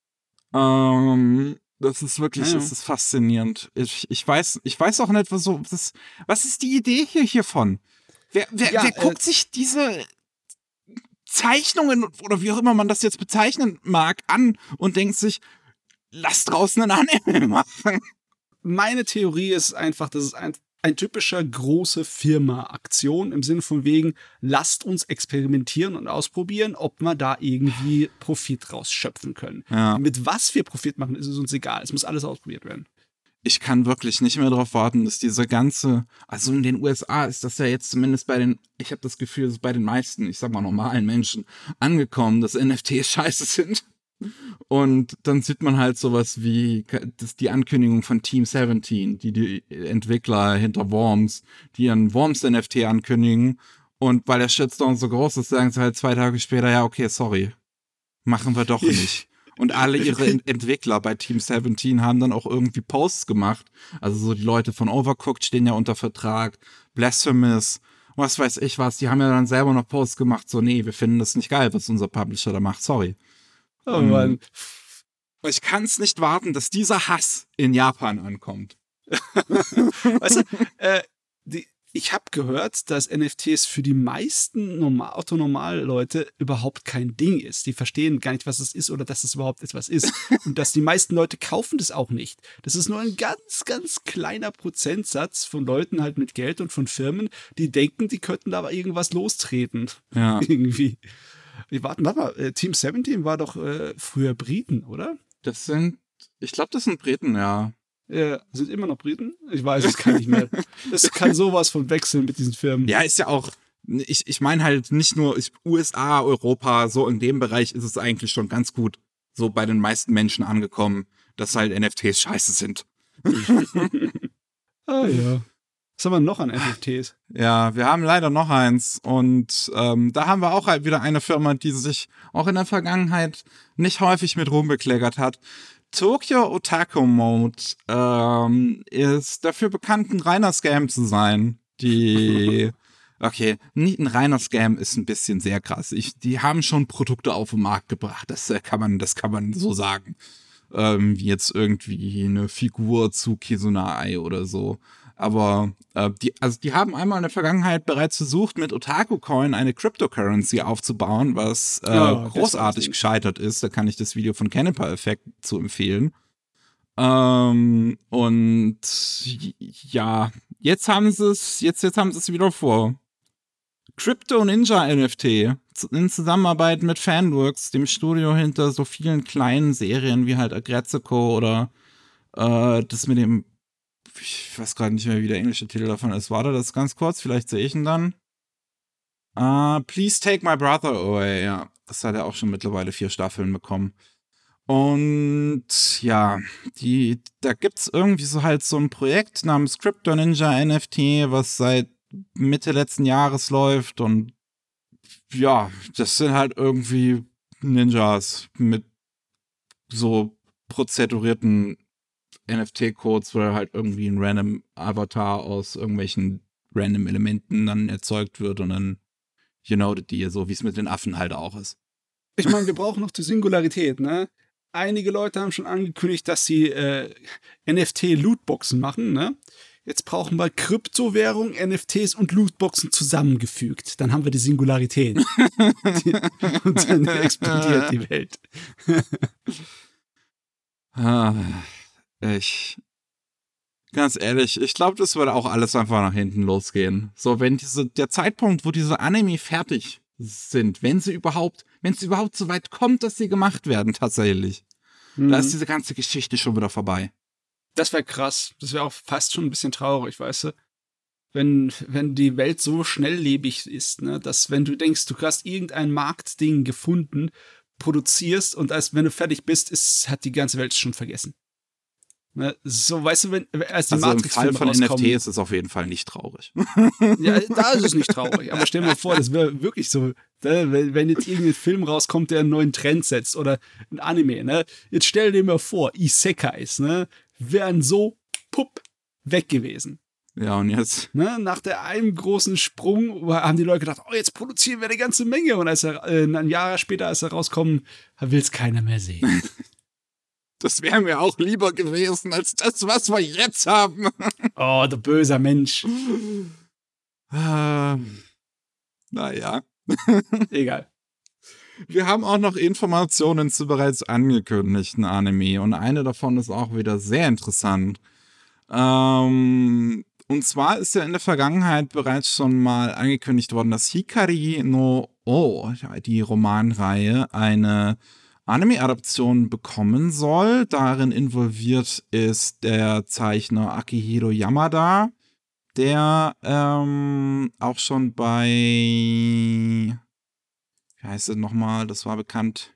Ähm, das ist wirklich, Ja, ja. das ist faszinierend. Ich, ich weiß, ich weiß auch nicht, was so, das, was ist die Idee hier hiervon? Wer, wer, Ja, wer äh, guckt sich diese Zeichnungen oder wie auch immer man das jetzt bezeichnen mag an und denkt sich, lass draußen ein Anime machen? Meine Theorie ist einfach, dass es ein, ein typischer große Firma-Aktion im Sinne von wegen, lasst uns experimentieren und ausprobieren, ob wir da irgendwie Profit rausschöpfen können. Ja. Mit was wir Profit machen, ist es uns egal. Es muss alles ausprobiert werden. Ich kann wirklich nicht mehr darauf warten, dass diese ganze, also in den U S A ist das ja jetzt zumindest bei den, ich habe das Gefühl, es ist bei den meisten, ich sag mal normalen Menschen angekommen, dass N F Ts scheiße sind. Und dann sieht man halt sowas wie das, die Ankündigung von Team siebzehn, die die Entwickler hinter Worms, die ihren Worms-N F T ankündigen. Und weil der Shitstorm so groß ist, sagen sie halt zwei Tage später, ja, okay, sorry, machen wir doch nicht. Und alle ihre Ent- Entwickler bei Team siebzehn haben dann auch irgendwie Posts gemacht. Also so die Leute von Overcooked stehen ja unter Vertrag, Blasphemous, was weiß ich was. Die haben ja dann selber noch Posts gemacht, so nee, wir finden das nicht geil, was unser Publisher da macht, sorry. Oh Mann. Ich kann es nicht warten, dass dieser Hass in Japan ankommt. Weißt du, äh, die, ich habe gehört, dass N F Ts für die meisten normal, Autonormal-Leute überhaupt kein Ding ist. Die verstehen gar nicht, was es ist oder dass es überhaupt etwas ist. Und dass die meisten Leute kaufen das auch nicht. Das ist nur ein ganz, ganz kleiner Prozentsatz von Leuten halt mit Geld und von Firmen, die denken, die könnten da aber irgendwas lostreten. Ja. Irgendwie. Wir warten, warte mal, äh, Team siebzehn war doch äh, früher Briten, oder? Das sind, ich glaube, das sind Briten, ja. Äh, sind immer noch Briten? Ich weiß es gar nicht mehr. Das kann sowas von wechseln mit diesen Firmen. Ja, ist ja auch, ich, ich meine halt nicht nur ich, U S A, Europa, so in dem Bereich ist es eigentlich schon ganz gut so bei den meisten Menschen angekommen, dass halt N F Ts scheiße sind. Ah ja. Was haben wir noch an N F Ts? Ja, wir haben leider noch eins und ähm, da haben wir auch halt wieder eine Firma, die sich auch in der Vergangenheit nicht häufig mit Ruhm bekleckert hat. Tokyo Otaku Mode ähm, ist dafür bekannt, ein reiner Scam zu sein. Die, okay, nicht ein reiner Scam ist ein bisschen sehr krass. Ich, die haben schon Produkte auf den Markt gebracht. Das äh, kann man, das kann man so sagen. Ähm, wie jetzt irgendwie eine Figur zu Kizuna-Ei oder so. Aber äh, die, also die haben einmal in der Vergangenheit bereits versucht, mit Otaku-Coin eine Cryptocurrency aufzubauen, was äh, Ja, großartig das gescheitert ist. Da kann ich das Video von Canipa Effect zu empfehlen. Ähm, und ja, jetzt haben sie es, jetzt, jetzt haben sie es wieder vor. Crypto Ninja N F T in Zusammenarbeit mit Fanworks, dem Studio hinter so vielen kleinen Serien wie halt Agretsuko oder äh, das mit dem, ich weiß gerade nicht mehr, wie der englische Titel davon ist. Warte, das ganz kurz, vielleicht sehe ich ihn dann. Uh, Please Take My Brother Away, ja. Das hat er auch schon mittlerweile vier Staffeln bekommen. Und ja, die, da gibt's irgendwie so halt so ein Projekt namens Crypto Ninja N F T, was seit Mitte letzten Jahres läuft und ja, das sind halt irgendwie Ninjas mit so prozedurierten N F T-Codes, wo halt irgendwie ein random Avatar aus irgendwelchen random Elementen dann erzeugt wird und dann, you know the deal, so wie es mit den Affen halt auch ist. Ich meine, wir brauchen noch die Singularität, ne? Einige Leute haben schon angekündigt, dass sie äh, N F T-Lootboxen machen, ne? Jetzt brauchen wir Kryptowährung, N F Ts und Lootboxen zusammengefügt. Dann haben wir die Singularität. die, und dann explodiert die Welt. ah, ich, ganz ehrlich, ich glaube, das würde auch alles einfach nach hinten losgehen. So, wenn diese, der Zeitpunkt, wo diese Anime fertig sind, wenn sie überhaupt, wenn es überhaupt so weit kommt, dass sie gemacht werden, tatsächlich, mhm. da ist diese ganze Geschichte schon wieder vorbei. Das wäre krass. Das wäre auch fast schon ein bisschen traurig, weißt du? Wenn, wenn die Welt so schnelllebig ist, ne, dass wenn du denkst, du hast irgendein Marktding gefunden, produzierst und als wenn du fertig bist, ist, hat die ganze Welt schon vergessen. Ne, so, weißt du, wenn, als die also Matrix-Filme im Fall von N F T ist es auf jeden Fall nicht traurig. Ja, da ist es nicht traurig. Aber stell dir mal vor, das wäre wirklich so, ne, wenn, wenn jetzt irgendein Film rauskommt, der einen neuen Trend setzt oder ein Anime, ne? Jetzt stell dir mal vor, Isekais, ne? Wären so, pupp, weg gewesen. Ja, und jetzt? Ne, nach der einem großen Sprung haben die Leute gedacht, oh, jetzt produzieren wir eine ganze Menge. Und als er, äh, ein Jahr später, als er rauskommen, will es keiner mehr sehen. Das wäre mir auch lieber gewesen, als das, was wir jetzt haben. Oh, du böser Mensch. Ähm, naja. Egal. Wir haben auch noch Informationen zu bereits angekündigten Anime und eine davon ist auch wieder sehr interessant. Ähm, und zwar ist ja in der Vergangenheit bereits schon mal angekündigt worden, dass Hikari no O, die Romanreihe, eine Anime-Adaption bekommen soll. Darin involviert ist der Zeichner Akihiro Yamada, der ähm, auch schon bei, wie heißt es nochmal, das war bekannt,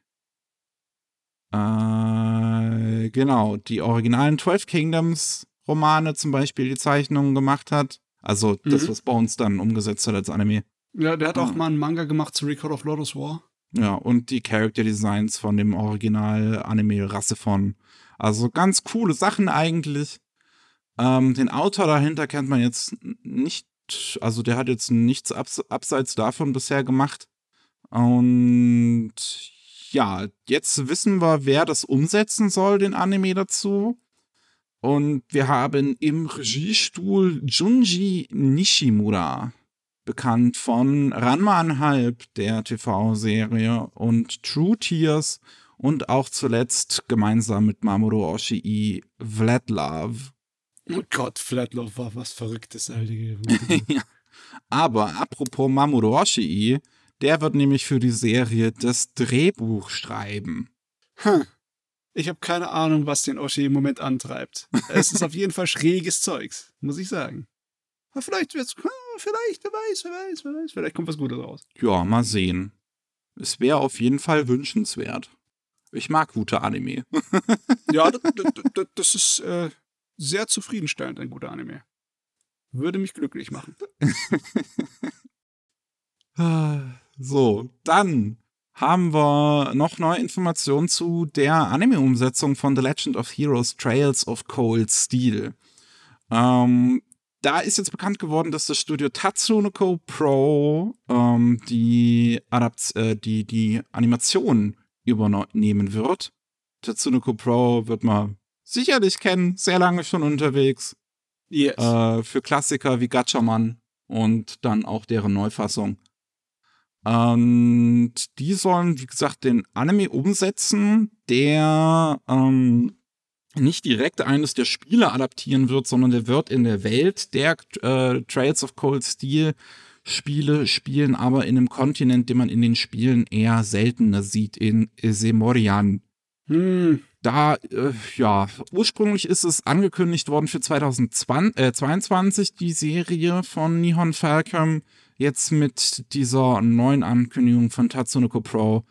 äh, genau, die originalen Twelve Kingdoms Romane zum Beispiel die Zeichnungen gemacht hat. Also das, Mhm. was Bones dann umgesetzt hat als Anime. Ja, der hat auch Ah. mal einen Manga gemacht zu Record of Lodoss War. Ja, und die Character Designs von dem Original-Anime-Rasse von. Also ganz coole Sachen eigentlich. Ähm, den Autor dahinter kennt man jetzt nicht, also der hat jetzt nichts abs abseits davon bisher gemacht. Und ja, jetzt wissen wir, wer das umsetzen soll, den Anime dazu. Und wir haben im Regiestuhl Junji Nishimura, bekannt von Ranma einhalb, der T V-Serie, und True Tears und auch zuletzt gemeinsam mit Mamoru Oshii Vladlove. Oh Gott, Flatlove war was Verrücktes, Alter. Ja. Aber apropos Mamoru Oshii, der wird nämlich für die Serie das Drehbuch schreiben. Hm. Ich habe keine Ahnung, was den Oshii im Moment antreibt. Es ist auf jeden Fall schräges Zeugs, muss ich sagen. Aber vielleicht wird's, vielleicht, wer weiß, wer weiß, wer weiß, vielleicht kommt was Gutes raus. Ja, mal sehen. Es wäre auf jeden Fall wünschenswert. Ich mag gute Anime. Ja, das, das, das ist äh, sehr zufriedenstellend, ein guter Anime. Würde mich glücklich machen. So, dann haben wir noch neue Informationen zu der Anime-Umsetzung von The Legend of Heroes Trails of Cold Steel. Ähm, da ist jetzt bekannt geworden, dass das Studio Tatsunoko Pro ähm, die, Adapt äh, die, die Animation übernehmen wird. Tatsunoko Pro wird man sicherlich kennen, sehr lange schon unterwegs. Yes. Äh, für Klassiker wie Gatchaman und dann auch deren Neufassung. Und die sollen, wie gesagt, den Anime umsetzen, der ähm, nicht direkt eines der Spiele adaptieren wird, sondern der wird in der Welt der äh, Trails of Cold Steel Spiele spielen, aber in einem Kontinent, den man in den Spielen eher seltener sieht, in Semorian. Hm. Da, äh, ja, ursprünglich ist es angekündigt worden für zweitausendzweiundzwanzig, die Serie von Nihon Falcom. Jetzt mit dieser neuen Ankündigung von Tatsunoko Pro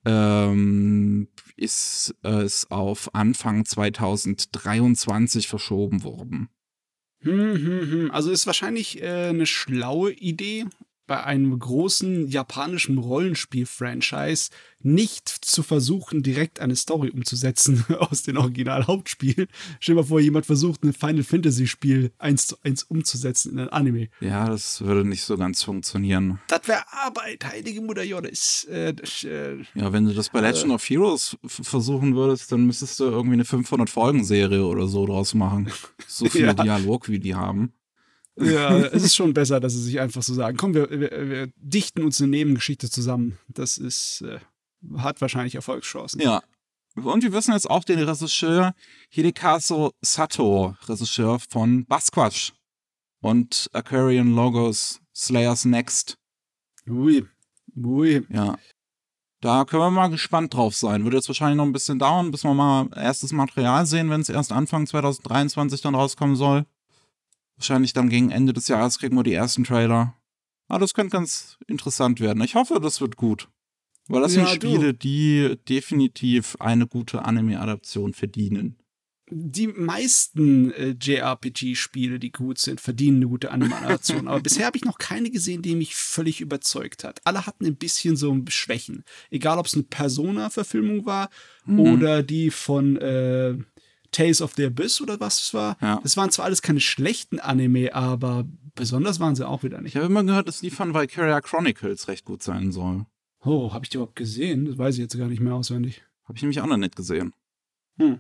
ähm, ist es auf Anfang zweitausenddreiundzwanzig verschoben worden. Hm, hm, hm. Also ist wahrscheinlich äh, eine schlaue Idee, bei einem großen japanischen Rollenspiel-Franchise nicht zu versuchen, direkt eine Story umzusetzen aus dem Original-Hauptspiel. Stell dir mal vor, jemand versucht, ein Final Fantasy-Spiel eins zu eins umzusetzen in ein Anime. Ja, das würde nicht so ganz funktionieren. Das wäre Arbeit, heilige Mutter Jode. Ist, äh, das, äh, ja, wenn du das bei Legend äh, of Heroes f- versuchen würdest, dann müsstest du irgendwie eine fünfhundert-Folgen-Serie oder so draus machen. So viel Ja. Dialog, wie die haben. Ja, es ist schon besser, dass sie sich einfach so sagen, komm, wir, wir, wir dichten uns eine Nebengeschichte zusammen. Das ist, äh, hat wahrscheinlich Erfolgschancen. Ja. Und wir wissen jetzt auch den Regisseur Hidekazu Sato, Regisseur von Basquatch und Aquarian Logos, Slayers Next. Ui, ui. Ja. Da können wir mal gespannt drauf sein. Wird jetzt wahrscheinlich noch ein bisschen dauern, bis wir mal erstes Material sehen, wenn es erst Anfang zweitausenddreiundzwanzig dann rauskommen soll. Wahrscheinlich dann gegen Ende des Jahres kriegen wir die ersten Trailer. Aber das könnte ganz interessant werden. Ich hoffe, das wird gut. Weil das Ja, sind Spiele, die definitiv eine gute Anime-Adaption verdienen. Die meisten äh, J R P G-Spiele, die gut sind, verdienen eine gute Animation. Aber bisher habe ich noch keine gesehen, die mich völlig überzeugt hat. Alle hatten ein bisschen so Schwächen. Egal, ob es eine Persona-Verfilmung war Mhm. oder die von äh, Tales of the Abyss oder was es war. Ja. Das waren zwar alles keine schlechten Anime, aber besonders waren sie auch wieder Ich nicht. habe immer gehört, dass die von Valkyria Chronicles recht gut sein soll. Oh, habe ich die überhaupt gesehen? Das weiß ich jetzt gar nicht mehr auswendig. Habe ich nämlich auch noch nicht gesehen. Hm.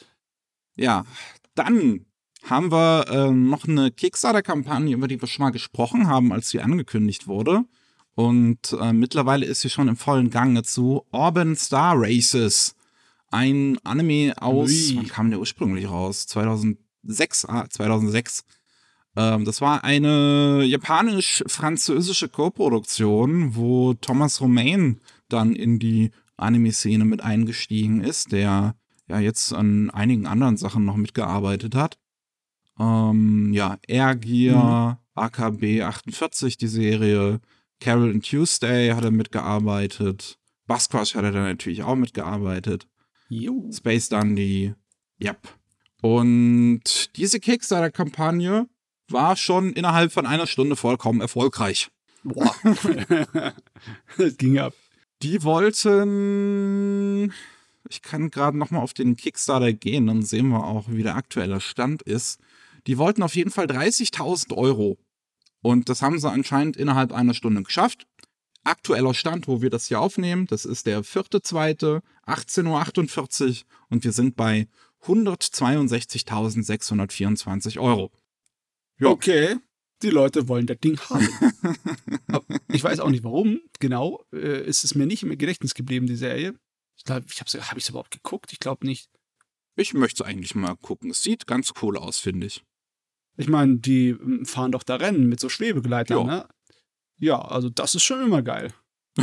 Ja, dann haben wir äh, noch eine Kickstarter-Kampagne, über die wir schon mal gesprochen haben, als sie angekündigt wurde. Und äh, mittlerweile ist sie schon im vollen Gange zu Urban Star Races. Ein Anime aus, Ui. wann kam der ursprünglich raus? zweitausendsechs, ah, zweitausendsechs. Ähm, das war eine japanisch-französische Co-Produktion, wo Thomas Romain dann in die Anime-Szene mit eingestiegen ist, der ja jetzt an einigen anderen Sachen noch mitgearbeitet hat. Ähm, ja, Air Gear, A K B achtundvierzig, die Serie, Carol and Tuesday hat er mitgearbeitet, Basquatch hat er dann natürlich auch mitgearbeitet, Jo. Space Dundee, yep. Und diese Kickstarter-Kampagne war schon innerhalb von einer Stunde vollkommen erfolgreich. Boah. Das ging ab. Die wollten, ich kann gerade noch mal auf den Kickstarter gehen, dann sehen wir auch, wie der aktuelle Stand ist. Die wollten auf jeden Fall dreißigtausend Euro. Und das haben sie anscheinend innerhalb einer Stunde geschafft. Aktueller Stand, wo wir das hier aufnehmen, das ist der vierte zweite achtzehn Uhr achtundvierzig und wir sind bei hundertzweiundsechzigtausendsechshundertvierundzwanzig Euro. Ja. Okay, die Leute wollen das Ding haben. Aber ich weiß auch nicht warum, genau, äh, ist es mir nicht im Gedächtnis geblieben, die Serie. Ich glaube, ich habe hab ich überhaupt geguckt? Ich glaube nicht. Ich möchte es eigentlich mal gucken. Es sieht ganz cool aus, finde ich. Ich meine, die ähm, fahren doch da Rennen mit so Schwebegleitern, Ja. ne? Ja, also das ist schon immer geil.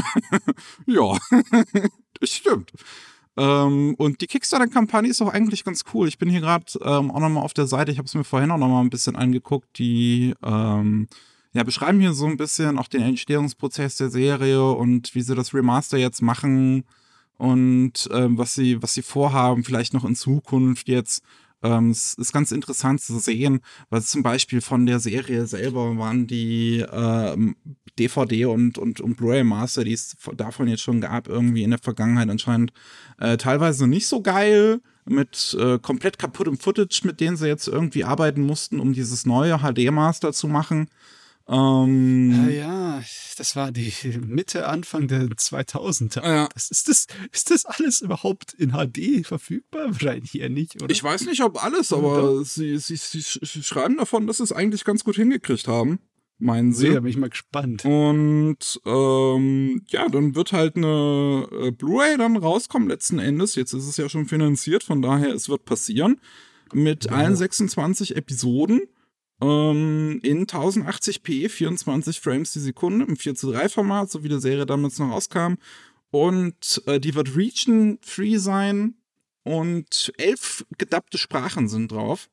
Ja, das stimmt. Ähm, und die Kickstarter-Kampagne ist auch eigentlich ganz cool. Ich bin hier gerade ähm, auch nochmal auf der Seite, ich habe es mir vorhin auch nochmal ein bisschen angeguckt, die ähm, ja, beschreiben hier so ein bisschen auch den Entstehungsprozess der Serie und wie sie das Remaster jetzt machen und ähm, was sie, was sie vorhaben, vielleicht noch in Zukunft jetzt. Ähm, es ist ganz interessant zu sehen, weil zum Beispiel von der Serie selber waren die ähm, D V D und, und, und Blu-ray-Master, die es davon jetzt schon gab, irgendwie in der Vergangenheit anscheinend äh, teilweise nicht so geil, mit äh, komplett kaputtem Footage, mit denen sie jetzt irgendwie arbeiten mussten, um dieses neue H D-Master zu machen. Ähm, Ja, ja, das war die Mitte, Anfang der zweitausender. Ja. Das, ist, das, ist das alles überhaupt in H D verfügbar? Wahrscheinlich eher nicht, oder? Ich weiß nicht, ob alles, Ja, aber sie, sie, sie sch- schreiben davon, dass sie es eigentlich ganz gut hingekriegt haben, meinen sie. Nee, da bin ich mal gespannt. Und ähm, ja, dann wird halt eine äh, Blu-ray dann rauskommen letzten Endes. Jetzt ist es ja schon finanziert, von daher, es wird passieren. Mit Wow. allen sechsundzwanzig Episoden ähm, in tausendachtzig p, vierundzwanzig Frames die Sekunde, im vier zu drei Format, so wie die Serie damals noch rauskam. Und äh, die wird region-free sein und elf gedubbte Sprachen sind drauf.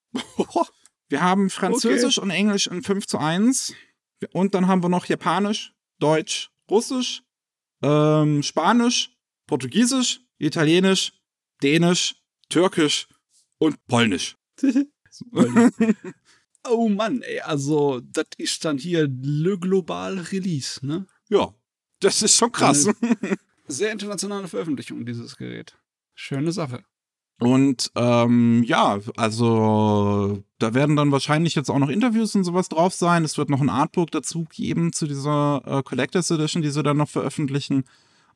Wir haben Französisch und Englisch in fünf zu eins. Und dann haben wir noch Japanisch, Deutsch, Russisch, ähm, Spanisch, Portugiesisch, Italienisch, Dänisch, Türkisch und Polnisch. Oh Mann, ey, also das ist dann hier Le Global Release, ne? Ja, das ist schon krass. Eine sehr internationale Veröffentlichung, dieses Gerät. Schöne Sache. Und ähm, ja, also da werden dann wahrscheinlich jetzt auch noch Interviews und sowas drauf sein. Es wird noch ein Artbook dazu geben zu dieser äh, Collectors Edition, die sie dann noch veröffentlichen.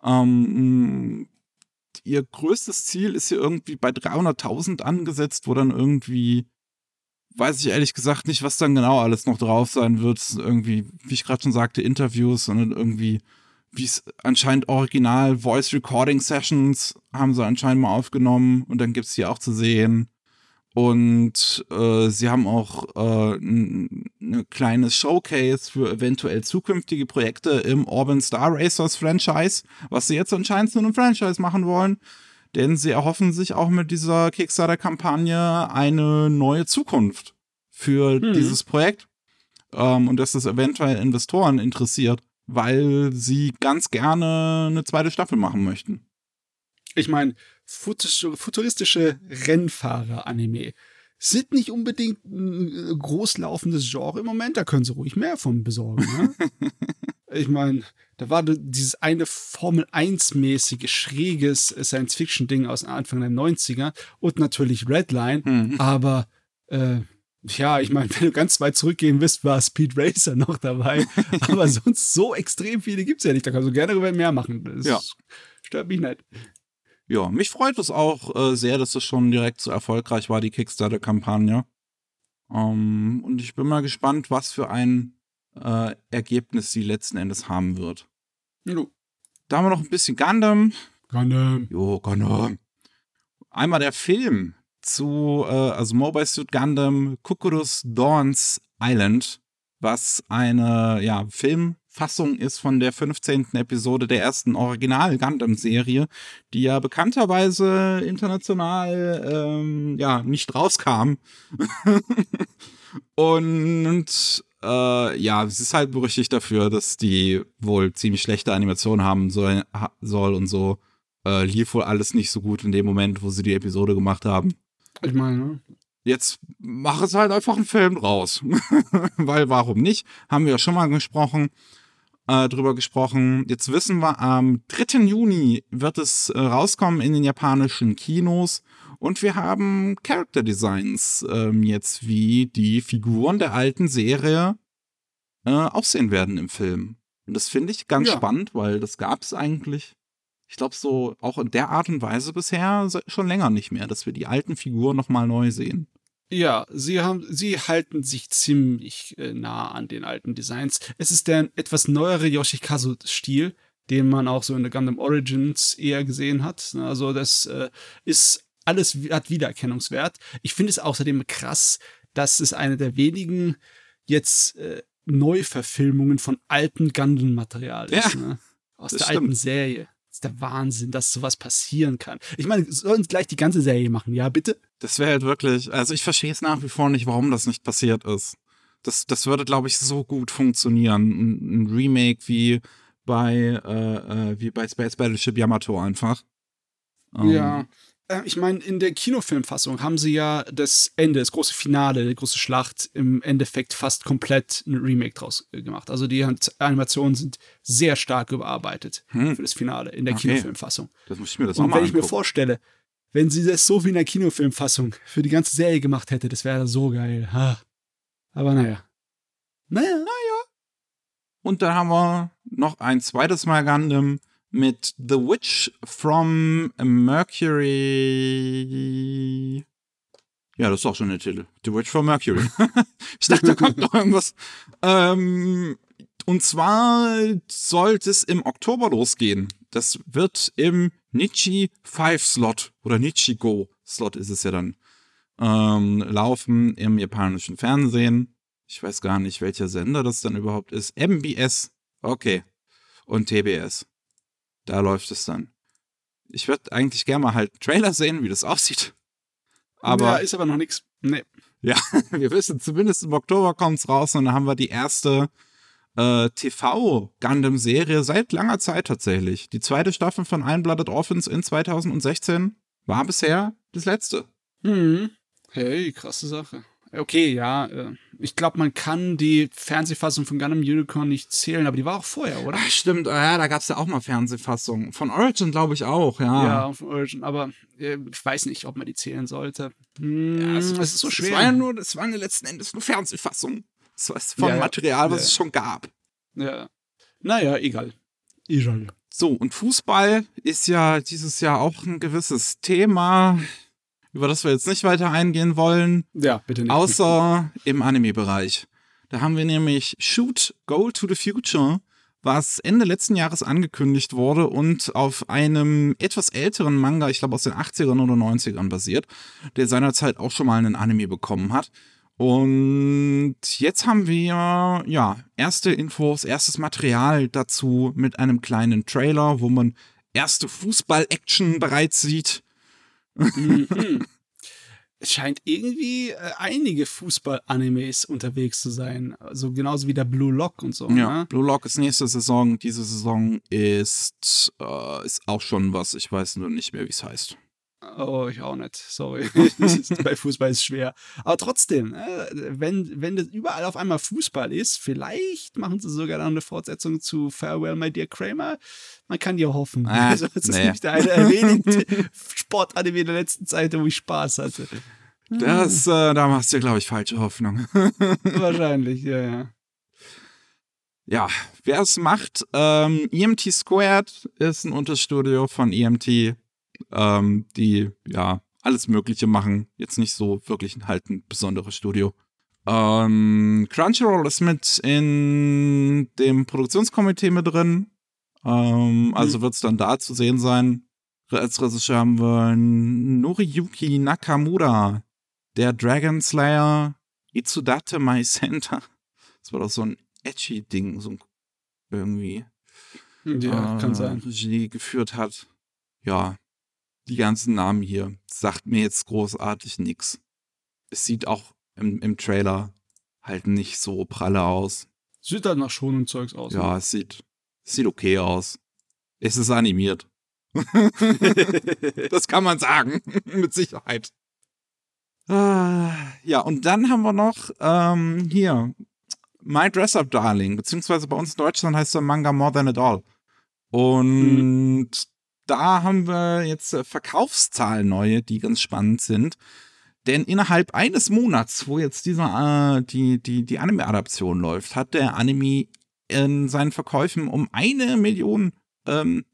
Ähm, ihr größtes Ziel ist hier irgendwie bei dreihunderttausend angesetzt, wo dann irgendwie, weiß ich ehrlich gesagt nicht, was dann genau alles noch drauf sein wird. Irgendwie, wie ich gerade schon sagte, Interviews, sondern irgendwie, wie es anscheinend original Voice Recording Sessions haben sie anscheinend mal aufgenommen und dann gibt's die auch zu sehen. Und äh, sie haben auch äh, ein, ein kleines Showcase für eventuell zukünftige Projekte im Orban Star Racers Franchise, was sie jetzt anscheinend zu einem Franchise machen wollen. Denn sie erhoffen sich auch mit dieser Kickstarter-Kampagne eine neue Zukunft für Hm. dieses Projekt. Ähm, und dass das eventuell Investoren interessiert, weil sie ganz gerne eine zweite Staffel machen möchten. Ich meine, futuristische Rennfahrer-Anime sind nicht unbedingt ein großlaufendes Genre im Moment. Da können sie ruhig mehr von besorgen. Ne? Ich meine, da war dieses eine Formel eins mäßige, schräges Science-Fiction-Ding aus Anfang der neunziger und natürlich Redline. Hm. Aber äh, ja, ich meine, wenn du ganz weit zurückgehen willst, war Speed Racer noch dabei. Aber sonst so extrem viele gibt es ja nicht. Da kannst du gerne mehr machen. Das Ja. stört mich nicht. Ja, mich freut es auch äh, sehr, dass es schon direkt so erfolgreich war, die Kickstarter-Kampagne. Ähm, und ich bin mal gespannt, was für ein äh, Ergebnis sie letzten Endes haben wird. Jo. Da haben wir noch ein bisschen Gundam. Gundam. Jo, Gundam. Einmal der Film zu, äh, also Mobile Suit Gundam Kukurus Dawn's Island, was eine, ja, Filmfassung ist von der fünfzehnten Episode der ersten Original-Gundam-Serie, die ja bekannterweise international, ähm, ja, nicht rauskam. Und äh, ja, es ist halt berüchtigt dafür, dass die wohl ziemlich schlechte Animation haben soll, ha soll und so. Äh, lief wohl alles nicht so gut in dem Moment, wo sie die Episode gemacht haben. Ich meine, ne? Jetzt mach es halt einfach einen Film raus. Weil warum nicht? Haben wir ja schon mal gesprochen, äh, drüber gesprochen. Jetzt wissen wir, am dritten Juni wird es äh, rauskommen in den japanischen Kinos. Und wir haben Character Designs ähm, jetzt, wie die Figuren der alten Serie äh, aussehen werden im Film. Und das finde ich ganz Ja. spannend, weil das gab es eigentlich Ich glaube, so auch in der Art und Weise bisher schon länger nicht mehr, dass wir die alten Figuren nochmal neu sehen. Ja, sie haben, sie halten sich ziemlich äh, nah an den alten Designs. Es ist der etwas neuere Yoshikazu-Stil, den man auch so in der Gundam Origins eher gesehen hat. Also das äh, ist alles, hat Wiedererkennungswert. Ich finde es außerdem krass, dass es eine der wenigen jetzt äh, Neuverfilmungen von alten Gundam-Material ist. Ja, Ne? Aus der stimmt. alten Serie. Das ist der Wahnsinn, dass sowas passieren kann. Ich meine, sollen gleich die ganze Serie machen, ja, bitte? Das wäre halt wirklich, also ich verstehe es nach wie vor nicht, warum das nicht passiert ist. Das, das würde, glaube ich, so gut funktionieren. Ein, ein Remake wie bei, äh, äh, wie bei Space Battleship Yamato einfach. Um, Ja. Äh, ich meine, in der Kinofilmfassung haben sie ja das Ende, das große Finale, die große Schlacht im Endeffekt fast komplett ein Remake draus äh, gemacht. Also die Animationen sind sehr stark überarbeitet hm. für das Finale in der Okay. Kinofilmfassung. Das muss ich mir das Und nochmal wenn ich mir angucken. vorstelle, wenn sie das so wie in der Kinofilmfassung für die ganze Serie gemacht hätte, das wäre so geil. Ha. Aber naja. Naja. Und dann haben wir noch ein zweites Mal Gundam mit The Witch from Mercury. Ja, das ist auch schon der Titel. The Witch from Mercury. Ich dachte, da kommt noch irgendwas. Ähm, und zwar sollte es im Oktober losgehen. Das wird im Nichi fünf Slot oder Nichigo Slot ist es ja dann ähm, laufen im japanischen Fernsehen. Ich weiß gar nicht, welcher Sender das dann überhaupt ist. M B S. Okay. Und T B S. Da läuft es dann. Ich würde eigentlich gerne mal halt einen Trailer sehen, wie das aussieht. Aber ja, ist aber noch nichts. Nee. ja, wir wissen, zumindest im Oktober kommt es raus und dann haben wir die erste äh, T V-Gundam-Serie seit langer Zeit tatsächlich. Die zweite Staffel von Iron-Blooded Orphans in zweitausendsechzehn war bisher das letzte. Mhm. Hey, krasse Sache. Okay, ja, äh, ich glaube, man kann die Fernsehfassung von Gundam Unicorn nicht zählen, aber die war auch vorher, oder? Ach, stimmt, ja, da gab es ja auch mal Fernsehfassungen. Von Origin glaube ich auch, ja. Ja, auf Origin, aber äh, ich weiß nicht, ob man die zählen sollte. Hm, Ja, es, es ist so Es schwer. war ja nur, es waren ja letzten Endes nur Fernsehfassungen. Das war von Ja, ja. Material, was Ja. es schon gab. Ja. Naja, egal. Egal. So, und Fußball ist ja dieses Jahr auch ein gewisses Thema, über das wir jetzt nicht weiter eingehen wollen, Ja, bitte nicht. außer im Anime-Bereich. Da haben wir nämlich Shoot Goal to the Future, was Ende letzten Jahres angekündigt wurde und auf einem etwas älteren Manga, ich glaube aus den achtzigern oder neunzigern basiert, der seinerzeit auch schon mal einen Anime bekommen hat. Und jetzt haben wir, ja, erste Infos, erstes Material dazu mit einem kleinen Trailer, wo man erste Fußball-Action bereits sieht. Mhm. Es scheint irgendwie äh, einige Fußball-Animes unterwegs zu sein. Also genauso wie der Blue Lock und so. Ja, Ne? Blue Lock ist nächste Saison. Diese Saison ist, äh, ist auch schon was. Ich weiß nur nicht mehr, wie es heißt. Oh, ich auch nicht. Sorry. Bei Fußball ist es schwer. Aber trotzdem, äh, wenn, wenn das überall auf einmal Fußball ist, vielleicht machen sie sogar dann eine Fortsetzung zu Farewell, My Dear Kramer. Man kann ja hoffen. Äh, also, das ist nee. nämlich der eine der wenigen Sportanime der letzten Zeit, wo ich Spaß hatte. Das, äh, da machst du, glaube ich, falsche Hoffnung. Wahrscheinlich, ja, ja. Ja, wer es macht, ähm, E M T Squared ist ein Unterstudio von E M T, ähm, die ja alles Mögliche machen. Jetzt nicht so wirklich halt ein besonderes Studio. Ähm, Crunchyroll ist mit in dem Produktionskomitee mit drin. Ähm, also Mhm. wird es dann da zu sehen sein. Als Regisseur haben wir Noriyuki Nakamura, der Dragon Slayer, Itsudate My Center. Das war doch so ein edgy Ding, so ein irgendwie Ja, äh, kann sein. Regie geführt hat. Ja, die ganzen Namen hier sagt mir jetzt großartig nix. Es sieht auch im, im Trailer halt nicht so pralle aus. Sieht halt nach Schon und Zeugs aus. Ja, Ne? es sieht, es sieht okay aus. Es ist animiert. Das kann man sagen, mit Sicherheit. Ah, ja, und dann haben wir noch ähm, hier My Dress Up Darling, beziehungsweise bei uns in Deutschland heißt der Manga More Than a Doll. Und mhm. da haben wir jetzt äh, Verkaufszahlen neue, die ganz spannend sind. Denn innerhalb eines Monats, wo jetzt diese, äh, die, die, die Anime-Adaption läuft, hat der Anime in seinen Verkäufen um eine Million ähm,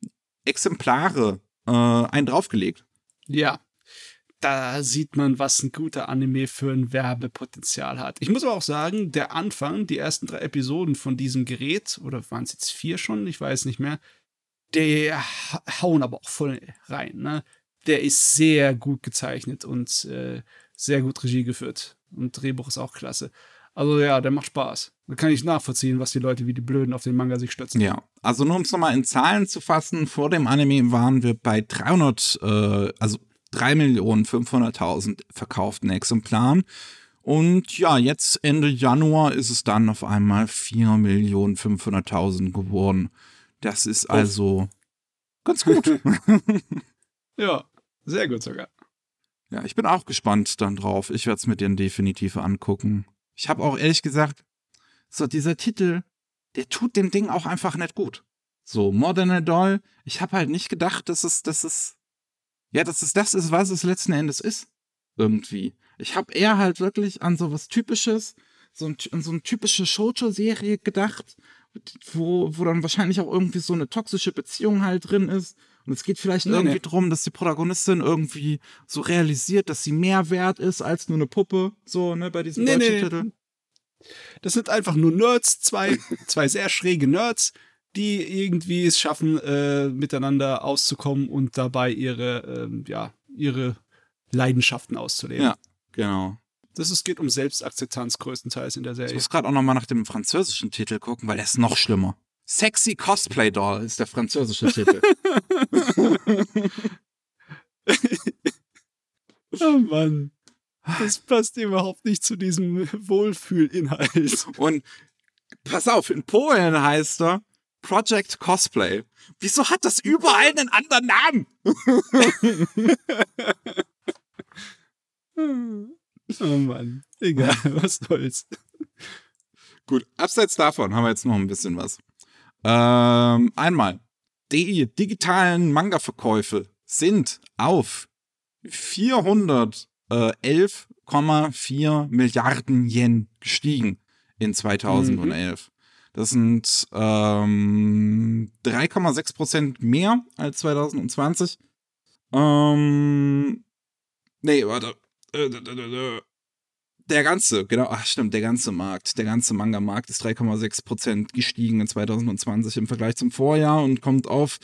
Exemplare äh, einen draufgelegt. Ja, da sieht man, was ein guter Anime für ein Werbepotenzial hat. Ich muss aber auch sagen, der Anfang, die ersten drei Episoden von diesem Gerät, oder waren es jetzt vier schon, ich weiß nicht mehr, der hauen aber auch voll rein. Ne? Der ist sehr gut gezeichnet und äh, sehr gut Regie geführt. Und Drehbuch ist auch klasse. Also ja, der macht Spaß. Da kann ich nachvollziehen, was die Leute wie die Blöden auf den Manga sich stützen. Ja, also nur um es nochmal in Zahlen zu fassen, vor dem Anime waren wir bei dreihundert, äh, also drei Millionen fünfhunderttausend verkauften Exemplaren. Und ja, jetzt Ende Januar ist es dann auf einmal vier Millionen fünfhunderttausend geworden. Das ist also ganz gut. Ja, sehr gut sogar. Ja, ich bin auch gespannt dann drauf. Ich werde es mir den definitiv angucken. Ich habe auch ehrlich gesagt, so dieser Titel, der tut dem Ding auch einfach nicht gut. So, More Than a Doll, ich habe halt nicht gedacht, dass es, dass es, ja, dass es das ist, was es letzten Endes ist. Irgendwie. Ich habe eher halt wirklich an so was Typisches, so, ein, so eine typische Shoujo-Serie gedacht, wo, wo dann wahrscheinlich auch irgendwie so eine toxische Beziehung halt drin ist. Und es geht vielleicht Nee, irgendwie nee. drum, dass die Protagonistin irgendwie so realisiert, dass sie mehr wert ist als nur eine Puppe, so, ne, bei diesem Nee, deutschen nee. Titel. Das sind einfach nur Nerds, zwei, zwei sehr schräge Nerds, die irgendwie es schaffen, äh, miteinander auszukommen und dabei ihre, ähm, ja, ihre Leidenschaften auszuleben. Ja, genau. Das ist, geht um Selbstakzeptanz größtenteils in der Ich Serie. muss gerade auch noch mal nach dem französischen Titel gucken, weil der ist noch schlimmer. Sexy Cosplay Doll ist der französische Titel. Oh Mann. Das passt überhaupt nicht zu diesem Wohlfühlinhalt. Und pass auf, in Polen heißt er Project Cosplay. Wieso hat das überall einen anderen Namen? Oh Mann. Egal, was soll's. Gut, abseits davon haben wir jetzt noch ein bisschen was. Ähm, einmal, die digitalen Manga-Verkäufe sind auf vierhundertelf Komma vier Milliarden Yen gestiegen in zweitausendelf. Mhm. Das sind ähm, drei Komma sechs Prozent mehr als zweitausendzwanzig. Ähm, nee, warte. Der ganze, genau, ach stimmt, der ganze Markt, der ganze Manga-Markt ist drei Komma sechs Prozent gestiegen in zweitausendzwanzig im Vergleich zum Vorjahr und kommt auf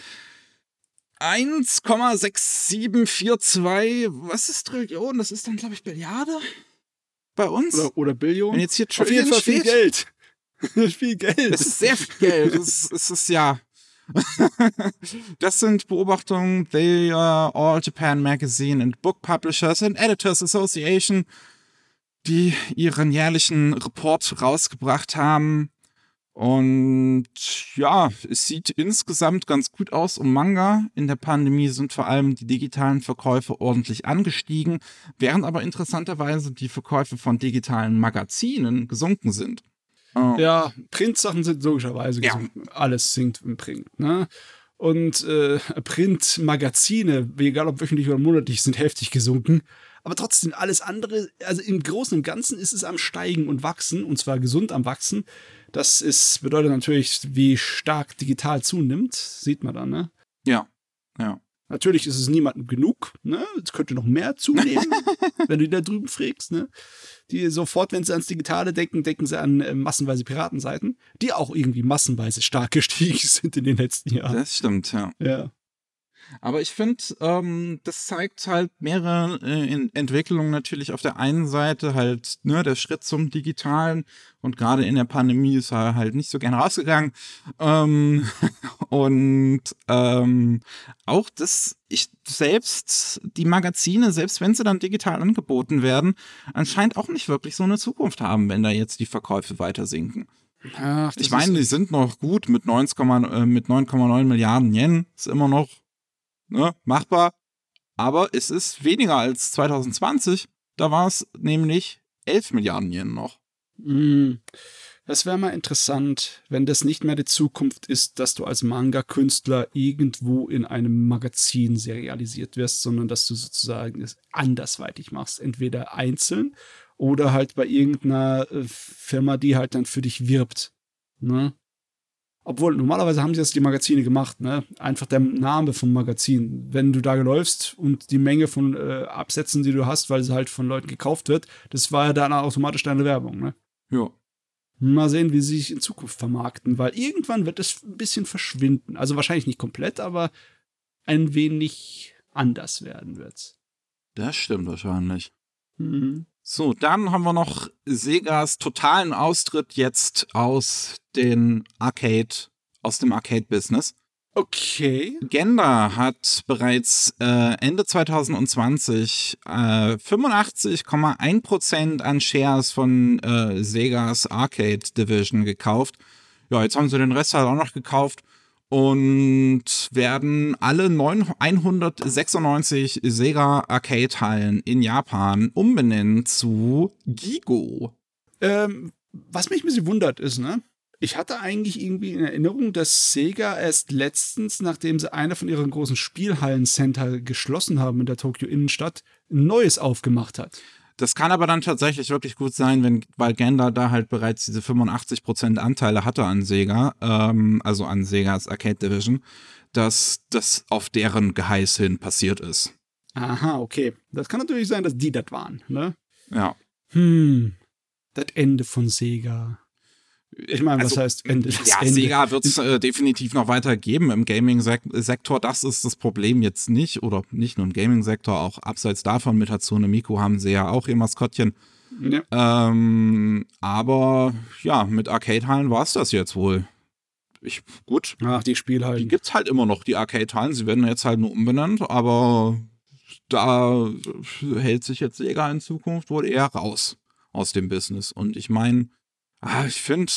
eins Komma sechs sieben vier zwei, was ist Trillion? Das ist dann, glaube ich, Billiarde bei uns? Oder, oder Billion? Wenn jetzt hier Auf jeden Fall viel steht, Geld. Viel Geld. Es ist sehr viel Geld. Es ist, es ist ja. Das sind Beobachtungen der All Japan Magazine and Book Publishers and Editors Association, die ihren jährlichen Report rausgebracht haben. Und ja, es sieht insgesamt ganz gut aus um Manga. In der Pandemie sind vor allem die digitalen Verkäufe ordentlich angestiegen, während aber interessanterweise die Verkäufe von digitalen Magazinen gesunken sind. Oh. Ja, Printsachen sind logischerweise gesunken. Ja. Alles sinkt im Print, ne? Und äh, Printmagazine, egal ob wöchentlich oder monatlich, sind heftig gesunken. Aber trotzdem, alles andere, also im Großen und Ganzen ist es am Steigen und Wachsen, und zwar gesund am Wachsen. Das ist, bedeutet natürlich, wie stark digital zunimmt, sieht man dann, ne? Ja, ja. Natürlich ist es niemandem genug, ne? Es könnte noch mehr zunehmen, wenn du die da drüben fragst, ne? Die sofort, wenn sie ans Digitale denken, denken sie an äh, massenweise Piratenseiten, die auch irgendwie massenweise stark gestiegen sind in den letzten Jahren. Das stimmt, ja. Ja. Aber ich finde, ähm, das zeigt halt mehrere äh, Entwicklungen natürlich. Auf der einen Seite halt, ne, der Schritt zum Digitalen, und gerade in der Pandemie ist er halt nicht so gern rausgegangen. Ähm, und ähm, auch das, ich selbst, die Magazine, selbst wenn sie dann digital angeboten werden, anscheinend auch nicht wirklich so eine Zukunft haben, wenn da jetzt die Verkäufe weiter sinken. Ach, ich meine, die sind noch gut mit neun Komma neun Milliarden Yen, ist immer noch Ne, machbar, aber es ist weniger als zweitausendzwanzig, da war es nämlich elf Milliarden Yen noch. Das wäre mal interessant, wenn das nicht mehr die Zukunft ist, dass du als Manga-Künstler irgendwo in einem Magazin serialisiert wirst, sondern dass du sozusagen es andersweitig machst, entweder einzeln oder halt bei irgendeiner Firma, die halt dann für dich wirbt. Ne? Obwohl, normalerweise haben sie das die Magazine gemacht, ne? Einfach der Name vom Magazin. Wenn du da läufst und die Menge von äh, Absätzen, die du hast, weil sie halt von Leuten gekauft wird, das war ja dann automatisch deine Werbung, ne? Ja. Mal sehen, wie sie sich in Zukunft vermarkten, weil irgendwann wird es ein bisschen verschwinden. Also wahrscheinlich nicht komplett, aber ein wenig anders werden wird's. Das stimmt wahrscheinlich. Mhm. So, dann haben wir noch Segas totalen Austritt jetzt aus den Arcade, aus dem Arcade-Business. Okay. Genda hat bereits äh, Ende zwanzig zwanzig äh, fünfundachtzig Komma eins Prozent an Shares von äh, Segas Arcade Division gekauft. Ja, jetzt haben sie den Rest halt auch noch gekauft und werden alle hundertsechsundneunzig Sega Arcade-Hallen in Japan umbenennen zu Gigo. Ähm, was mich ein bisschen wundert ist, ne? Ich hatte eigentlich irgendwie in Erinnerung, dass Sega erst letztens, nachdem sie einer von ihren großen Spielhallen-Center geschlossen haben in der Tokio-Innenstadt, ein neues aufgemacht hat. Das kann aber dann tatsächlich wirklich gut sein, wenn, weil Genda da halt bereits diese fünfundachtzig Prozent Anteile hatte an Sega, ähm, also an Segas Arcade Division, dass das auf deren Geheiß hin passiert ist. Aha, okay. Das kann natürlich sein, dass die das waren, ne? Ja. Hm. Das Ende von Sega. Ich meine, was Also, heißt Ende? Das ja, Ende. Sega wird es äh, definitiv noch weiter geben im Gaming-Sektor. Das ist das Problem jetzt nicht. Oder nicht nur im Gaming-Sektor, auch abseits davon mit Hatsune Miku haben sie ja auch ihr Maskottchen. Ja. Ähm, aber ja, mit Arcade-Hallen war es das jetzt wohl. Ich, gut. Ach, die Spielhallen. Die gibt's halt immer noch, die Arcade-Hallen. Sie werden jetzt halt nur umbenannt, aber da hält sich jetzt Sega in Zukunft wohl eher raus aus dem Business. Und ich meine, Ah, ich finde,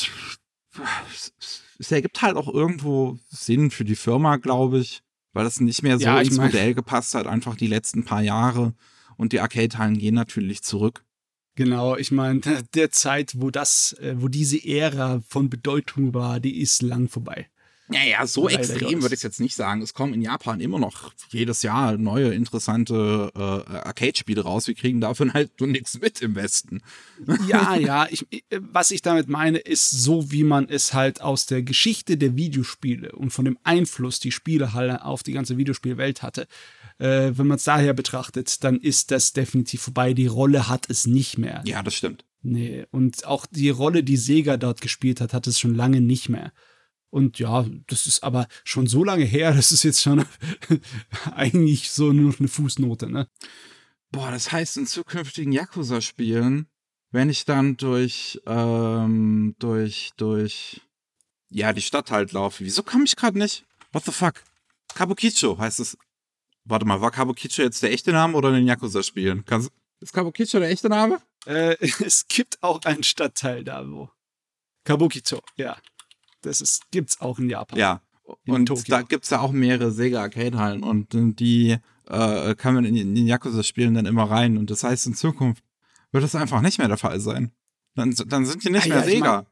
es ergibt halt auch irgendwo Sinn für die Firma, glaube ich, weil das nicht mehr so Ja, ich ins mein- Modell gepasst hat, einfach die letzten paar Jahre. Und die Arcade-Hallen gehen natürlich zurück. Genau, ich meine, der Zeit, wo das, äh, wo diese Ära von Bedeutung war, die ist lang vorbei. Naja, so Leider extrem Gottes. würde ich es jetzt nicht sagen. Es kommen in Japan immer noch jedes Jahr neue, interessante äh, Arcade-Spiele raus. Wir kriegen davon halt nur nichts mit im Westen. Ja, ja, ich, ich- was ich damit meine, ist so, wie man es halt aus der Geschichte der Videospiele und von dem Einfluss, die Spielehalle auf die ganze Videospielwelt hatte. Äh, wenn man es daher betrachtet, dann ist das definitiv vorbei. Die Rolle hat es nicht mehr. Ja, das stimmt. Nee, und auch die Rolle, die Sega dort gespielt hat, hat es schon lange nicht mehr. Und ja, das ist aber schon so lange her, das ist jetzt schon eigentlich so nur noch eine Fußnote, ne? Boah, das heißt, in zukünftigen Yakuza-Spielen, wenn ich dann durch, ähm, durch, durch, ja, die Stadt halt laufe. Wieso komme ich gerade nicht? What the fuck? Kabukicho heißt es. Warte mal, war Kabukicho jetzt der echte Name oder in den Yakuza-Spielen? Kannst- Ist Kabukicho der echte Name? Äh, es gibt auch einen Stadtteil da, wo. Kabukicho, ja. Das ist, gibt's auch in Japan. Ja. In Und Tokio. da gibt's ja auch mehrere Sega Arcade-Hallen und äh, die äh, kann man in, in den Yakuza-Spielen dann immer rein. Und das heißt, in Zukunft wird das einfach nicht mehr der Fall sein. Dann, dann sind die nicht Ah, mehr ja, ich Sega.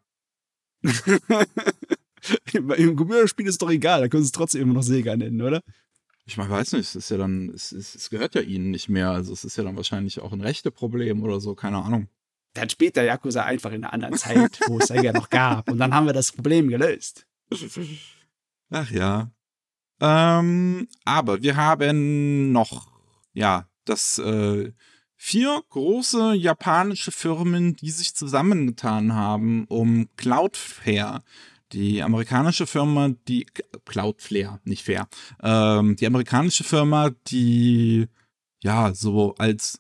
Im Computerspiel ist doch egal, da können sie es trotzdem immer noch Sega nennen, oder? Ich meine, weiß nicht, es ist ja dann, es, es, es gehört ja ihnen nicht mehr. Also es ist ja dann wahrscheinlich auch ein Rechteproblem oder so, keine Ahnung. Dann spielt der Yakuza einfach in einer anderen Zeit, wo es Sega noch gab. Und dann haben wir das Problem gelöst. Ach ja. Ähm, aber wir haben noch, ja, das äh, vier große japanische Firmen, die sich zusammengetan haben, um Cloudflare, die amerikanische Firma, die Cloudflare, nicht fair, ähm, die amerikanische Firma, die ja so als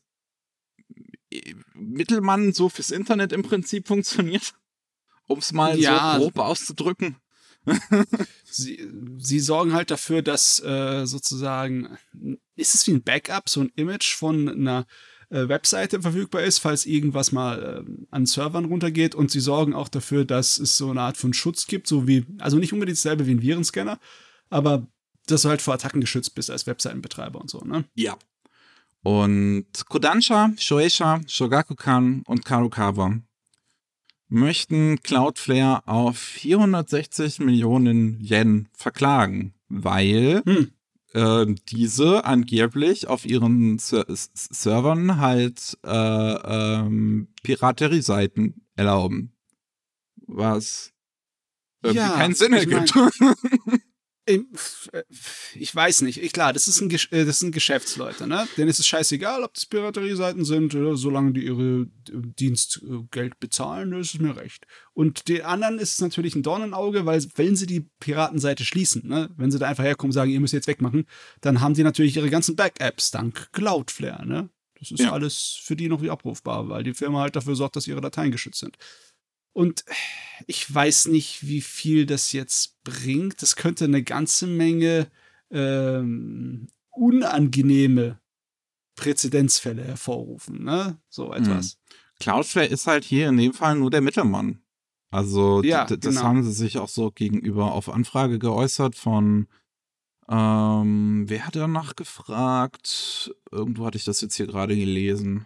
Mittelmann so fürs Internet im Prinzip funktioniert, um es mal Ja. so grob auszudrücken. Sie, sie sorgen halt dafür, dass äh, sozusagen, ist es wie ein Backup, so ein Image von einer äh, Webseite verfügbar ist, falls irgendwas mal äh, an Servern runtergeht. Und sie sorgen auch dafür, dass es so eine Art von Schutz gibt, so wie, also nicht unbedingt dasselbe wie ein Virenscanner, aber dass du halt vor Attacken geschützt bist als Webseitenbetreiber und so, ne? Ja. Und Kodansha, Shueisha, Shogakukan und Kadokawa möchten Cloudflare auf vierhundertsechzig Millionen Yen verklagen, weil Hm. äh, diese angeblich auf ihren Ser Servern halt äh, ähm, Piraterie-Seiten erlauben. Was irgendwie Ja, keinen Sinn ich mein- ergibt. Ich weiß nicht. Klar, das, ist ein, Gesch- äh, das sind Geschäftsleute, ne? Denen ist es scheißegal, ob das Piraterieseiten sind, oder solange die ihre äh, Dienstgeld bezahlen, ist es mir recht. Und den anderen ist es natürlich ein Dorn im Auge, weil wenn sie die Piratenseite schließen, ne? Wenn sie da einfach herkommen und sagen, ihr müsst jetzt wegmachen, dann haben die natürlich ihre ganzen Backups dank Cloudflare, ne? Das ist Ja. alles für die noch wie abrufbar, weil die Firma halt dafür sorgt, dass ihre Dateien geschützt sind. Und ich weiß nicht, wie viel das jetzt bringt. Das könnte eine ganze Menge ähm, unangenehme Präzedenzfälle hervorrufen, ne? So etwas. Cloudflare ist halt hier in dem Fall nur der Mittelmann. Also Ja, d- das genau. haben sie sich auch so gegenüber auf Anfrage geäußert von, ähm, wer hat danach gefragt? Irgendwo hatte ich das jetzt hier gerade gelesen.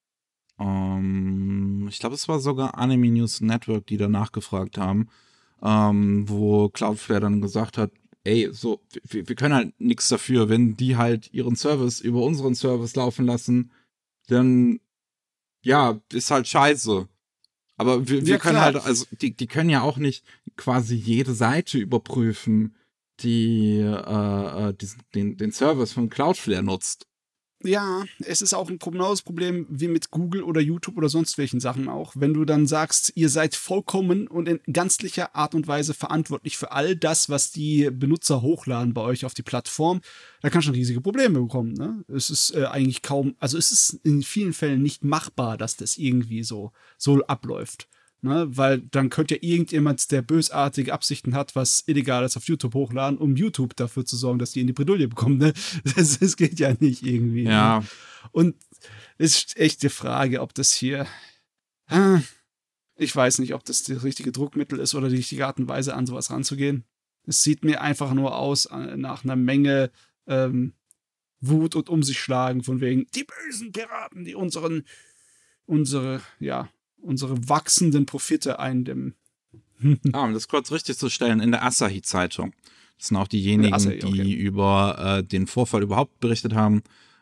Ähm, ich glaube, es war sogar Anime News Network, die danach gefragt haben, ähm, wo Cloudflare dann gesagt hat, ey, so, wir, wir können halt nichts dafür, wenn die halt ihren Service über unseren Service laufen lassen, dann, ja, ist halt scheiße. Aber wir, wir Ja, können klar. halt, also die, die können ja auch nicht quasi jede Seite überprüfen, die äh, äh, diesen, den, den Service von Cloudflare nutzt. Ja, es ist auch ein genaues Problem wie mit Google oder YouTube oder sonst welchen Sachen auch. Wenn du dann sagst, ihr seid vollkommen und in ganzlicher Art und Weise verantwortlich für all das, was die Benutzer hochladen bei euch auf die Plattform, da kannst du schon riesige Probleme bekommen. Ne? Es ist äh, eigentlich kaum, also es ist in vielen Fällen nicht machbar, dass das irgendwie so, so abläuft. Ne? Weil dann könnte ja irgendjemand, der bösartige Absichten hat, was Illegales auf YouTube hochladen, um YouTube dafür zu sorgen, dass die in die Bredouille bekommen. Ne? Das, das geht ja nicht irgendwie. Ja, Ne? Und es ist echt die Frage, ob das hier. äh, Ich weiß nicht, ob das das richtige Druckmittel ist oder die richtige Art und Weise, an sowas ranzugehen. Es sieht mir einfach nur aus äh, nach einer Menge ähm, Wut und um sich schlagen, von wegen die bösen Piraten, die unseren, unsere, ja, unsere wachsenden Profite eindämmen. Ah, um das kurz richtig zu stellen, in der Asahi-Zeitung. Das sind auch diejenigen, Asahi, okay. die über äh, den Vorfall überhaupt berichtet haben,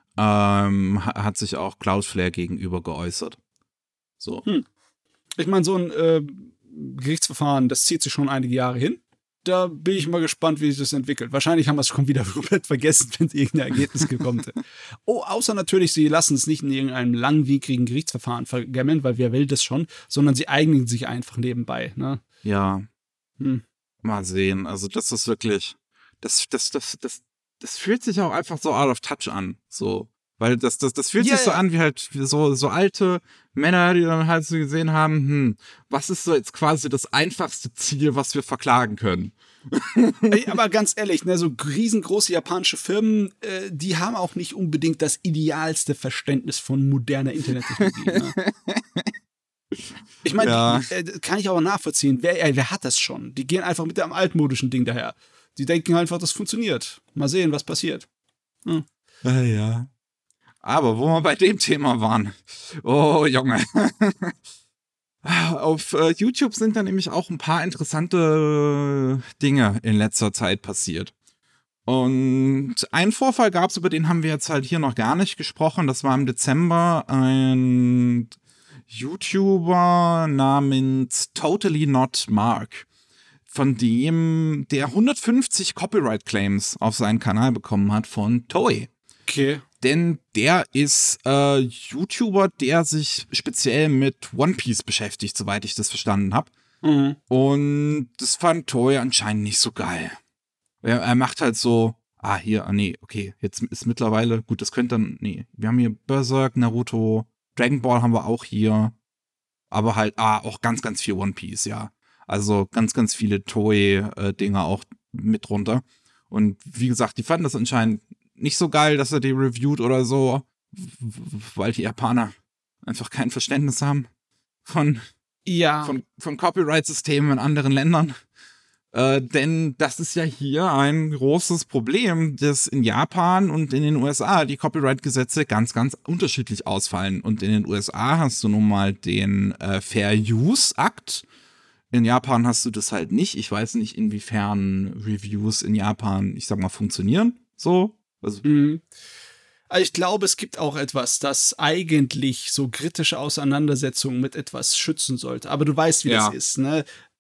ähm, ha- hat sich auch Cloudflare gegenüber geäußert. So. Hm. Ich meine, so ein äh, Gerichtsverfahren, das zieht sich schon einige Jahre hin. Da bin ich mal gespannt, wie sich das entwickelt. Wahrscheinlich haben wir es schon wieder komplett vergessen, wenn irgendein Ergebnis gekommen ist. Oh, außer natürlich, sie lassen es nicht in irgendeinem langwierigen Gerichtsverfahren vergammeln, weil wer will das schon, sondern sie eignen sich einfach nebenbei. Ne? Ja, Hm. mal sehen. Also das ist wirklich, das, das, das, das, das fühlt sich auch einfach so out of touch an. So. Weil das, das, das fühlt Ja, sich so ja. an wie halt so, so alte Männer, die dann halt so gesehen haben, hm, was ist so jetzt quasi das einfachste Ziel, was wir verklagen können? Ey, aber ganz ehrlich, ne, so riesengroße japanische Firmen, äh, die haben auch nicht unbedingt das idealste Verständnis von moderner Internettechnologie. Ne? Ich meine, Ja. äh, kann ich aber nachvollziehen. Wer, äh, wer hat das schon? Die gehen einfach mit dem altmodischen Ding daher. Die denken einfach, das funktioniert. Mal sehen, was passiert. Hm. Ah, ja. Aber wo wir bei dem Thema waren. Oh, Junge. Auf äh, YouTube sind da nämlich auch ein paar interessante Dinge in letzter Zeit passiert. Und einen Vorfall gab es, über den haben wir jetzt halt hier noch gar nicht gesprochen. Das war im Dezember ein YouTuber namens Totally Not Mark, von dem der hundertfünfzig Copyright-Claims auf seinen Kanal bekommen hat von Toei. Okay. Denn der ist äh, YouTuber, der sich speziell mit One Piece beschäftigt, soweit ich das verstanden habe. Mhm. Und das fand Toei anscheinend nicht so geil. Er, er macht halt so, ah, hier, ah, nee, okay, jetzt ist mittlerweile, gut, das könnte dann, nee, wir haben hier Berserk, Naruto, Dragon Ball haben wir auch hier, aber halt, ah, auch ganz, ganz viel One Piece, ja. Also ganz, ganz viele Toei-Dinger auch mit drunter. Und wie gesagt, die fanden das anscheinend nicht so geil, dass er die reviewt oder so, weil die Japaner einfach kein Verständnis haben von, Ja. von, von Copyright-Systemen in anderen Ländern. Äh, denn das ist ja hier ein großes Problem, dass in Japan und in den U S A die Copyright-Gesetze ganz, ganz unterschiedlich ausfallen. Und in den U S A hast du nun mal den äh, Fair Use Act. In Japan hast du das halt nicht. Ich weiß nicht, inwiefern Reviews in Japan, ich sag mal, funktionieren. So. Also, Mhm. Also ich glaube, es gibt auch etwas, das eigentlich so kritische Auseinandersetzungen mit etwas schützen sollte. Aber du weißt, wie Ja. das ist, ne?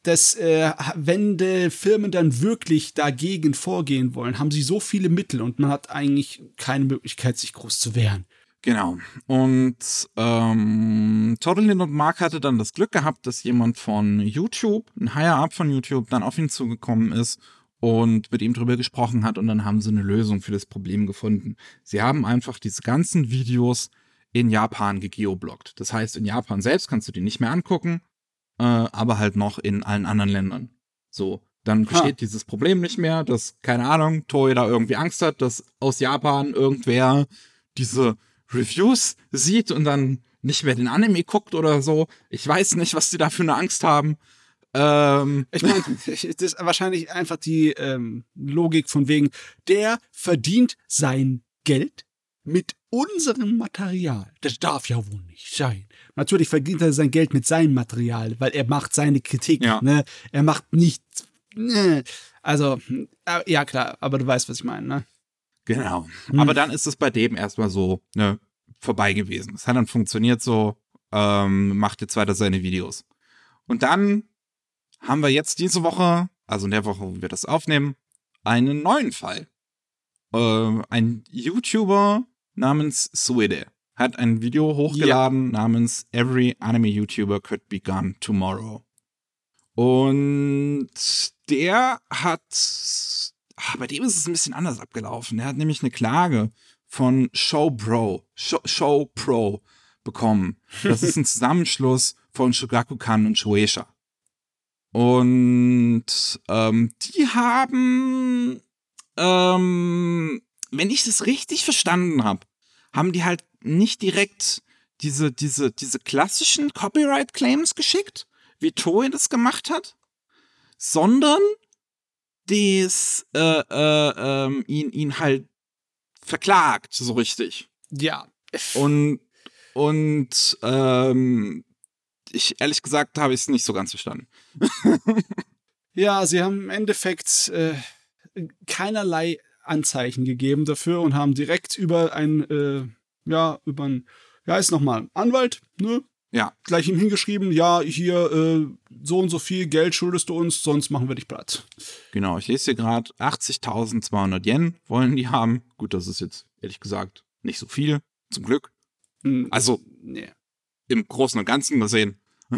dass äh, wenn die Firmen dann wirklich dagegen vorgehen wollen, haben sie so viele Mittel und man hat eigentlich keine Möglichkeit, sich groß zu wehren. Genau. Und ähm, Totally Not Mark hatte dann das Glück gehabt, dass jemand von YouTube, ein Higher-Up von YouTube, dann auf ihn zugekommen ist und mit ihm drüber gesprochen hat und dann haben sie eine Lösung für das Problem gefunden. Sie haben einfach diese ganzen Videos in Japan gegeoblockt. Das heißt, in Japan selbst kannst du die nicht mehr angucken, äh, aber halt noch in allen anderen Ländern. So, dann besteht ha. dieses Problem nicht mehr, dass, keine Ahnung, Toei da irgendwie Angst hat, dass aus Japan irgendwer diese Reviews sieht und dann nicht mehr den Anime guckt oder so. Ich weiß nicht, was die da für eine Angst haben. Ähm. Ich meine, das ist wahrscheinlich einfach die ähm, Logik von wegen, der verdient sein Geld mit unserem Material. Das darf ja wohl nicht sein. Natürlich verdient er sein Geld mit seinem Material, weil er macht seine Kritik. Ja. Ne? Er macht nicht. Ne? Also, äh, ja klar, aber du weißt, was ich meine, ne? Genau. Hm. Aber dann ist es bei dem erstmal so ne, vorbei gewesen. Es hat dann funktioniert so, ähm, macht jetzt weiter seine Videos. Und dann haben wir jetzt diese Woche, also in der Woche, wo wir das aufnehmen, einen neuen Fall. Äh, ein YouTuber namens Suede hat ein Video hochgeladen ja. namens Every Anime YouTuber Could Be Gone Tomorrow. Und der hat, ach, bei dem ist es ein bisschen anders abgelaufen. Der hat nämlich eine Klage von Showpro, Show, Showpro bekommen. Das ist ein Zusammenschluss von Shogakukan und Shueisha. Und ähm, die haben, ähm, wenn ich das richtig verstanden habe, haben die halt nicht direkt diese, diese, diese klassischen Copyright-Claims geschickt, wie Toei das gemacht hat, sondern des, äh, äh, ähm, ihn, ihn halt verklagt, so richtig. Ja. Und, und, ähm, ich, ehrlich gesagt, habe ich es nicht so ganz verstanden. Ja, sie haben im Endeffekt äh, keinerlei Anzeichen gegeben dafür und haben direkt über ein, äh, ja, über ein, ja, ist nochmal Anwalt, ne? Ja. Gleich ihm hingeschrieben, ja, hier, äh, so und so viel Geld schuldest du uns, sonst machen wir dich platt. Genau, ich lese hier gerade, achtzigtausendzweihundert Yen wollen die haben. Gut, das ist jetzt, ehrlich gesagt, nicht so viel, zum Glück. Also, nee. Im Großen und Ganzen gesehen.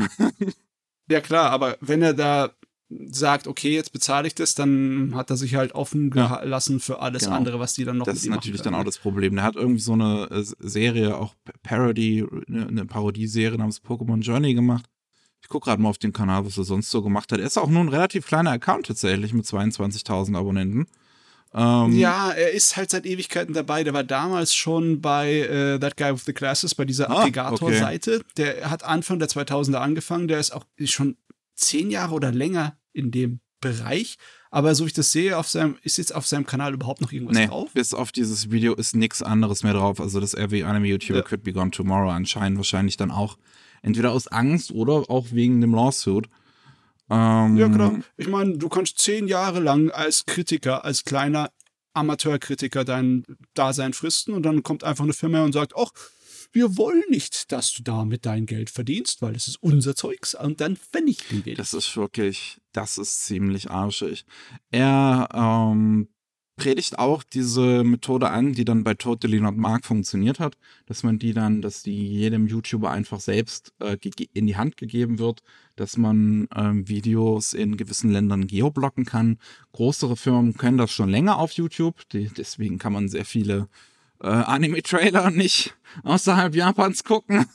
Ja klar, aber wenn er da sagt, okay, jetzt bezahle ich das, dann hat er sich halt offen ja. gelassen für alles genau. andere, was die dann noch Das mit ist natürlich dann auch das Problem. Der hat irgendwie so eine Serie, auch Parody, eine Parodieserie namens Pokémon Journey gemacht. Ich gucke gerade mal auf den Kanal, was er sonst so gemacht hat. Er ist auch nur ein relativ kleiner Account tatsächlich mit zweiundzwanzigtausend Abonnenten. Ähm, ja, er ist halt seit Ewigkeiten dabei. Der war damals schon bei äh, That Guy with the Glasses, bei dieser ah, Aggregator-Seite. Okay. Der hat Anfang der zweitausender angefangen. Der ist auch schon zehn Jahre oder länger in dem Bereich. Aber so wie ich das sehe, auf seinem, ist jetzt auf seinem Kanal überhaupt noch irgendwas nee, drauf? Bis auf dieses Video ist nichts anderes mehr drauf. Also das Every Anime YouTuber ja. Could Be Gone Tomorrow anscheinend wahrscheinlich dann auch entweder aus Angst oder auch wegen dem Lawsuit. Ähm, ja, klar. Ich meine, du kannst zehn Jahre lang als Kritiker, als kleiner Amateurkritiker dein Dasein fristen und dann kommt einfach eine Firma und sagt, ach, wir wollen nicht, dass du damit dein Geld verdienst, weil das ist unser Zeugs und dann vernichten wir. Das ist wirklich, das ist ziemlich arschig. Er ähm, predigt auch diese Methode an, die dann bei Totally Not Mark funktioniert hat, dass man die dann, dass die jedem YouTuber einfach selbst äh, in die Hand gegeben wird, dass man ähm, Videos in gewissen Ländern geoblocken kann. Größere Firmen können das schon länger auf YouTube, die, deswegen kann man sehr viele äh, Anime-Trailer nicht außerhalb Japans gucken,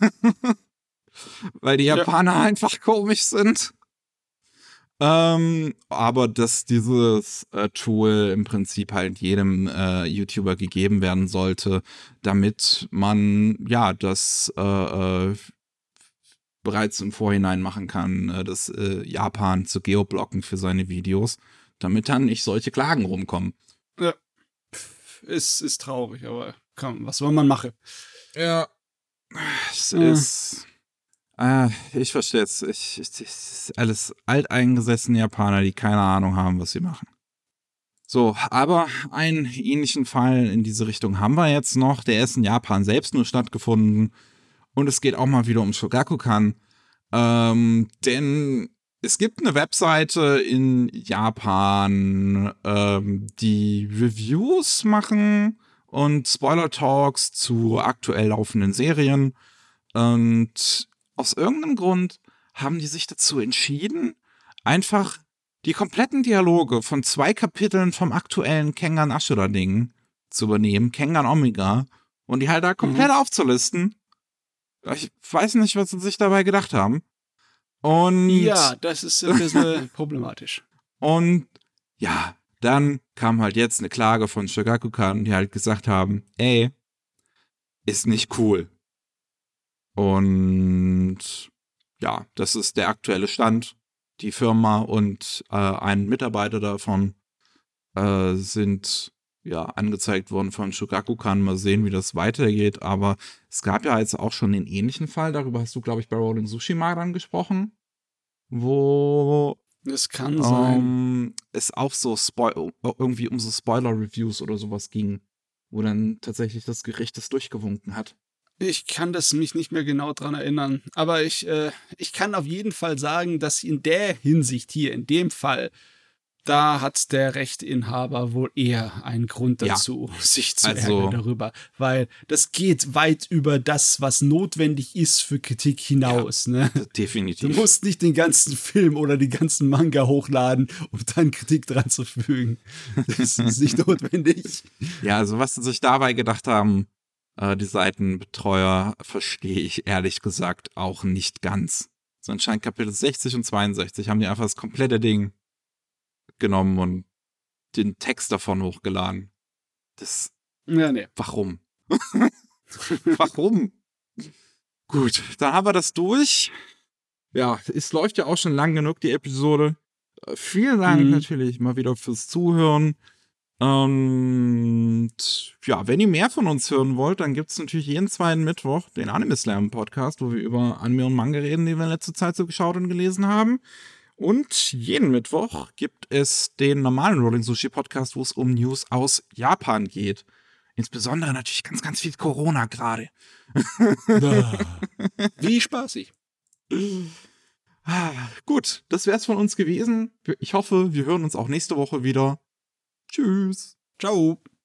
weil die Japaner ja. einfach komisch sind. Ähm, aber dass dieses äh, Tool im Prinzip halt jedem äh, YouTuber gegeben werden sollte, damit man ja das äh, äh, bereits im Vorhinein machen kann, äh, das äh, Japan zu geoblocken für seine Videos, damit dann nicht solche Klagen rumkommen. Ja, ist, ist traurig, aber komm, was soll man machen? Ja, es ja. ist... Ah, ich verstehe es. Ich, ich, ich, alles alteingesessene Japaner, die keine Ahnung haben, was sie machen. So, aber einen ähnlichen Fall in diese Richtung haben wir jetzt noch. Der ist in Japan selbst nur stattgefunden. Und es geht auch mal wieder um Shogakukan. Ähm, denn es gibt eine Webseite in Japan, ähm, die Reviews machen und Spoiler-Talks zu aktuell laufenden Serien. Und aus irgendeinem Grund haben die sich dazu entschieden, einfach die kompletten Dialoge von zwei Kapiteln vom aktuellen Kengan Ashura-Ding zu übernehmen, Kengan Omega, und die halt da komplett mhm. aufzulisten. Ich weiß nicht, was sie sich dabei gedacht haben. Und ja, das ist ein bisschen problematisch. Und ja, dann kam halt jetzt eine Klage von Shogakukan, die halt gesagt haben, ey, ist nicht cool. Und ja, das ist der aktuelle Stand. Die Firma und äh, ein Mitarbeiter davon äh, sind ja angezeigt worden von Shogakukan. Mal sehen, wie das weitergeht. Aber es gab ja jetzt auch schon den ähnlichen Fall. Darüber hast du, glaube ich, bei Rolling Tsushima dann gesprochen. Wo das kann sein. Ähm, es auch so Spo- irgendwie um so Spoiler-Reviews oder sowas ging, wo dann tatsächlich das Gericht das durchgewunken hat. Ich kann das mich nicht mehr genau dran erinnern, aber ich, äh, ich kann auf jeden Fall sagen, dass in der Hinsicht hier, in dem Fall, da hat der Rechteinhaber wohl eher einen Grund dazu, ja. sich zu also, ärgern darüber. Weil das geht weit über das, was notwendig ist für Kritik hinaus. Ja, ne? Definitiv. Du musst nicht den ganzen Film oder die ganzen Manga hochladen, um dann Kritik dran zu fügen. Das ist nicht notwendig. Ja, also was sie sich dabei gedacht haben, äh, die Seitenbetreuer, verstehe ich ehrlich gesagt auch nicht ganz. So anscheinend Kapitel sechzig und zweiundsechzig haben die einfach das komplette Ding genommen und den Text davon hochgeladen. Das. Ja, nee. Warum? Warum? Gut, dann haben wir das durch. Ja, es läuft ja auch schon lang genug, die Episode. Vielen Dank mhm. natürlich mal wieder fürs Zuhören. Und ja, wenn ihr mehr von uns hören wollt, dann gibt es natürlich jeden zweiten Mittwoch den Anime Slam Podcast, wo wir über Anime und Manga reden, die wir in letzter Zeit so geschaut und gelesen haben. Und jeden Mittwoch gibt es den normalen Rolling Sushi Podcast, wo es um News aus Japan geht. Insbesondere natürlich ganz, ganz viel Corona gerade. Wie spaßig. Ah, gut, das wär's von uns gewesen. Ich hoffe, wir hören uns auch nächste Woche wieder. Tschüss. Ciao.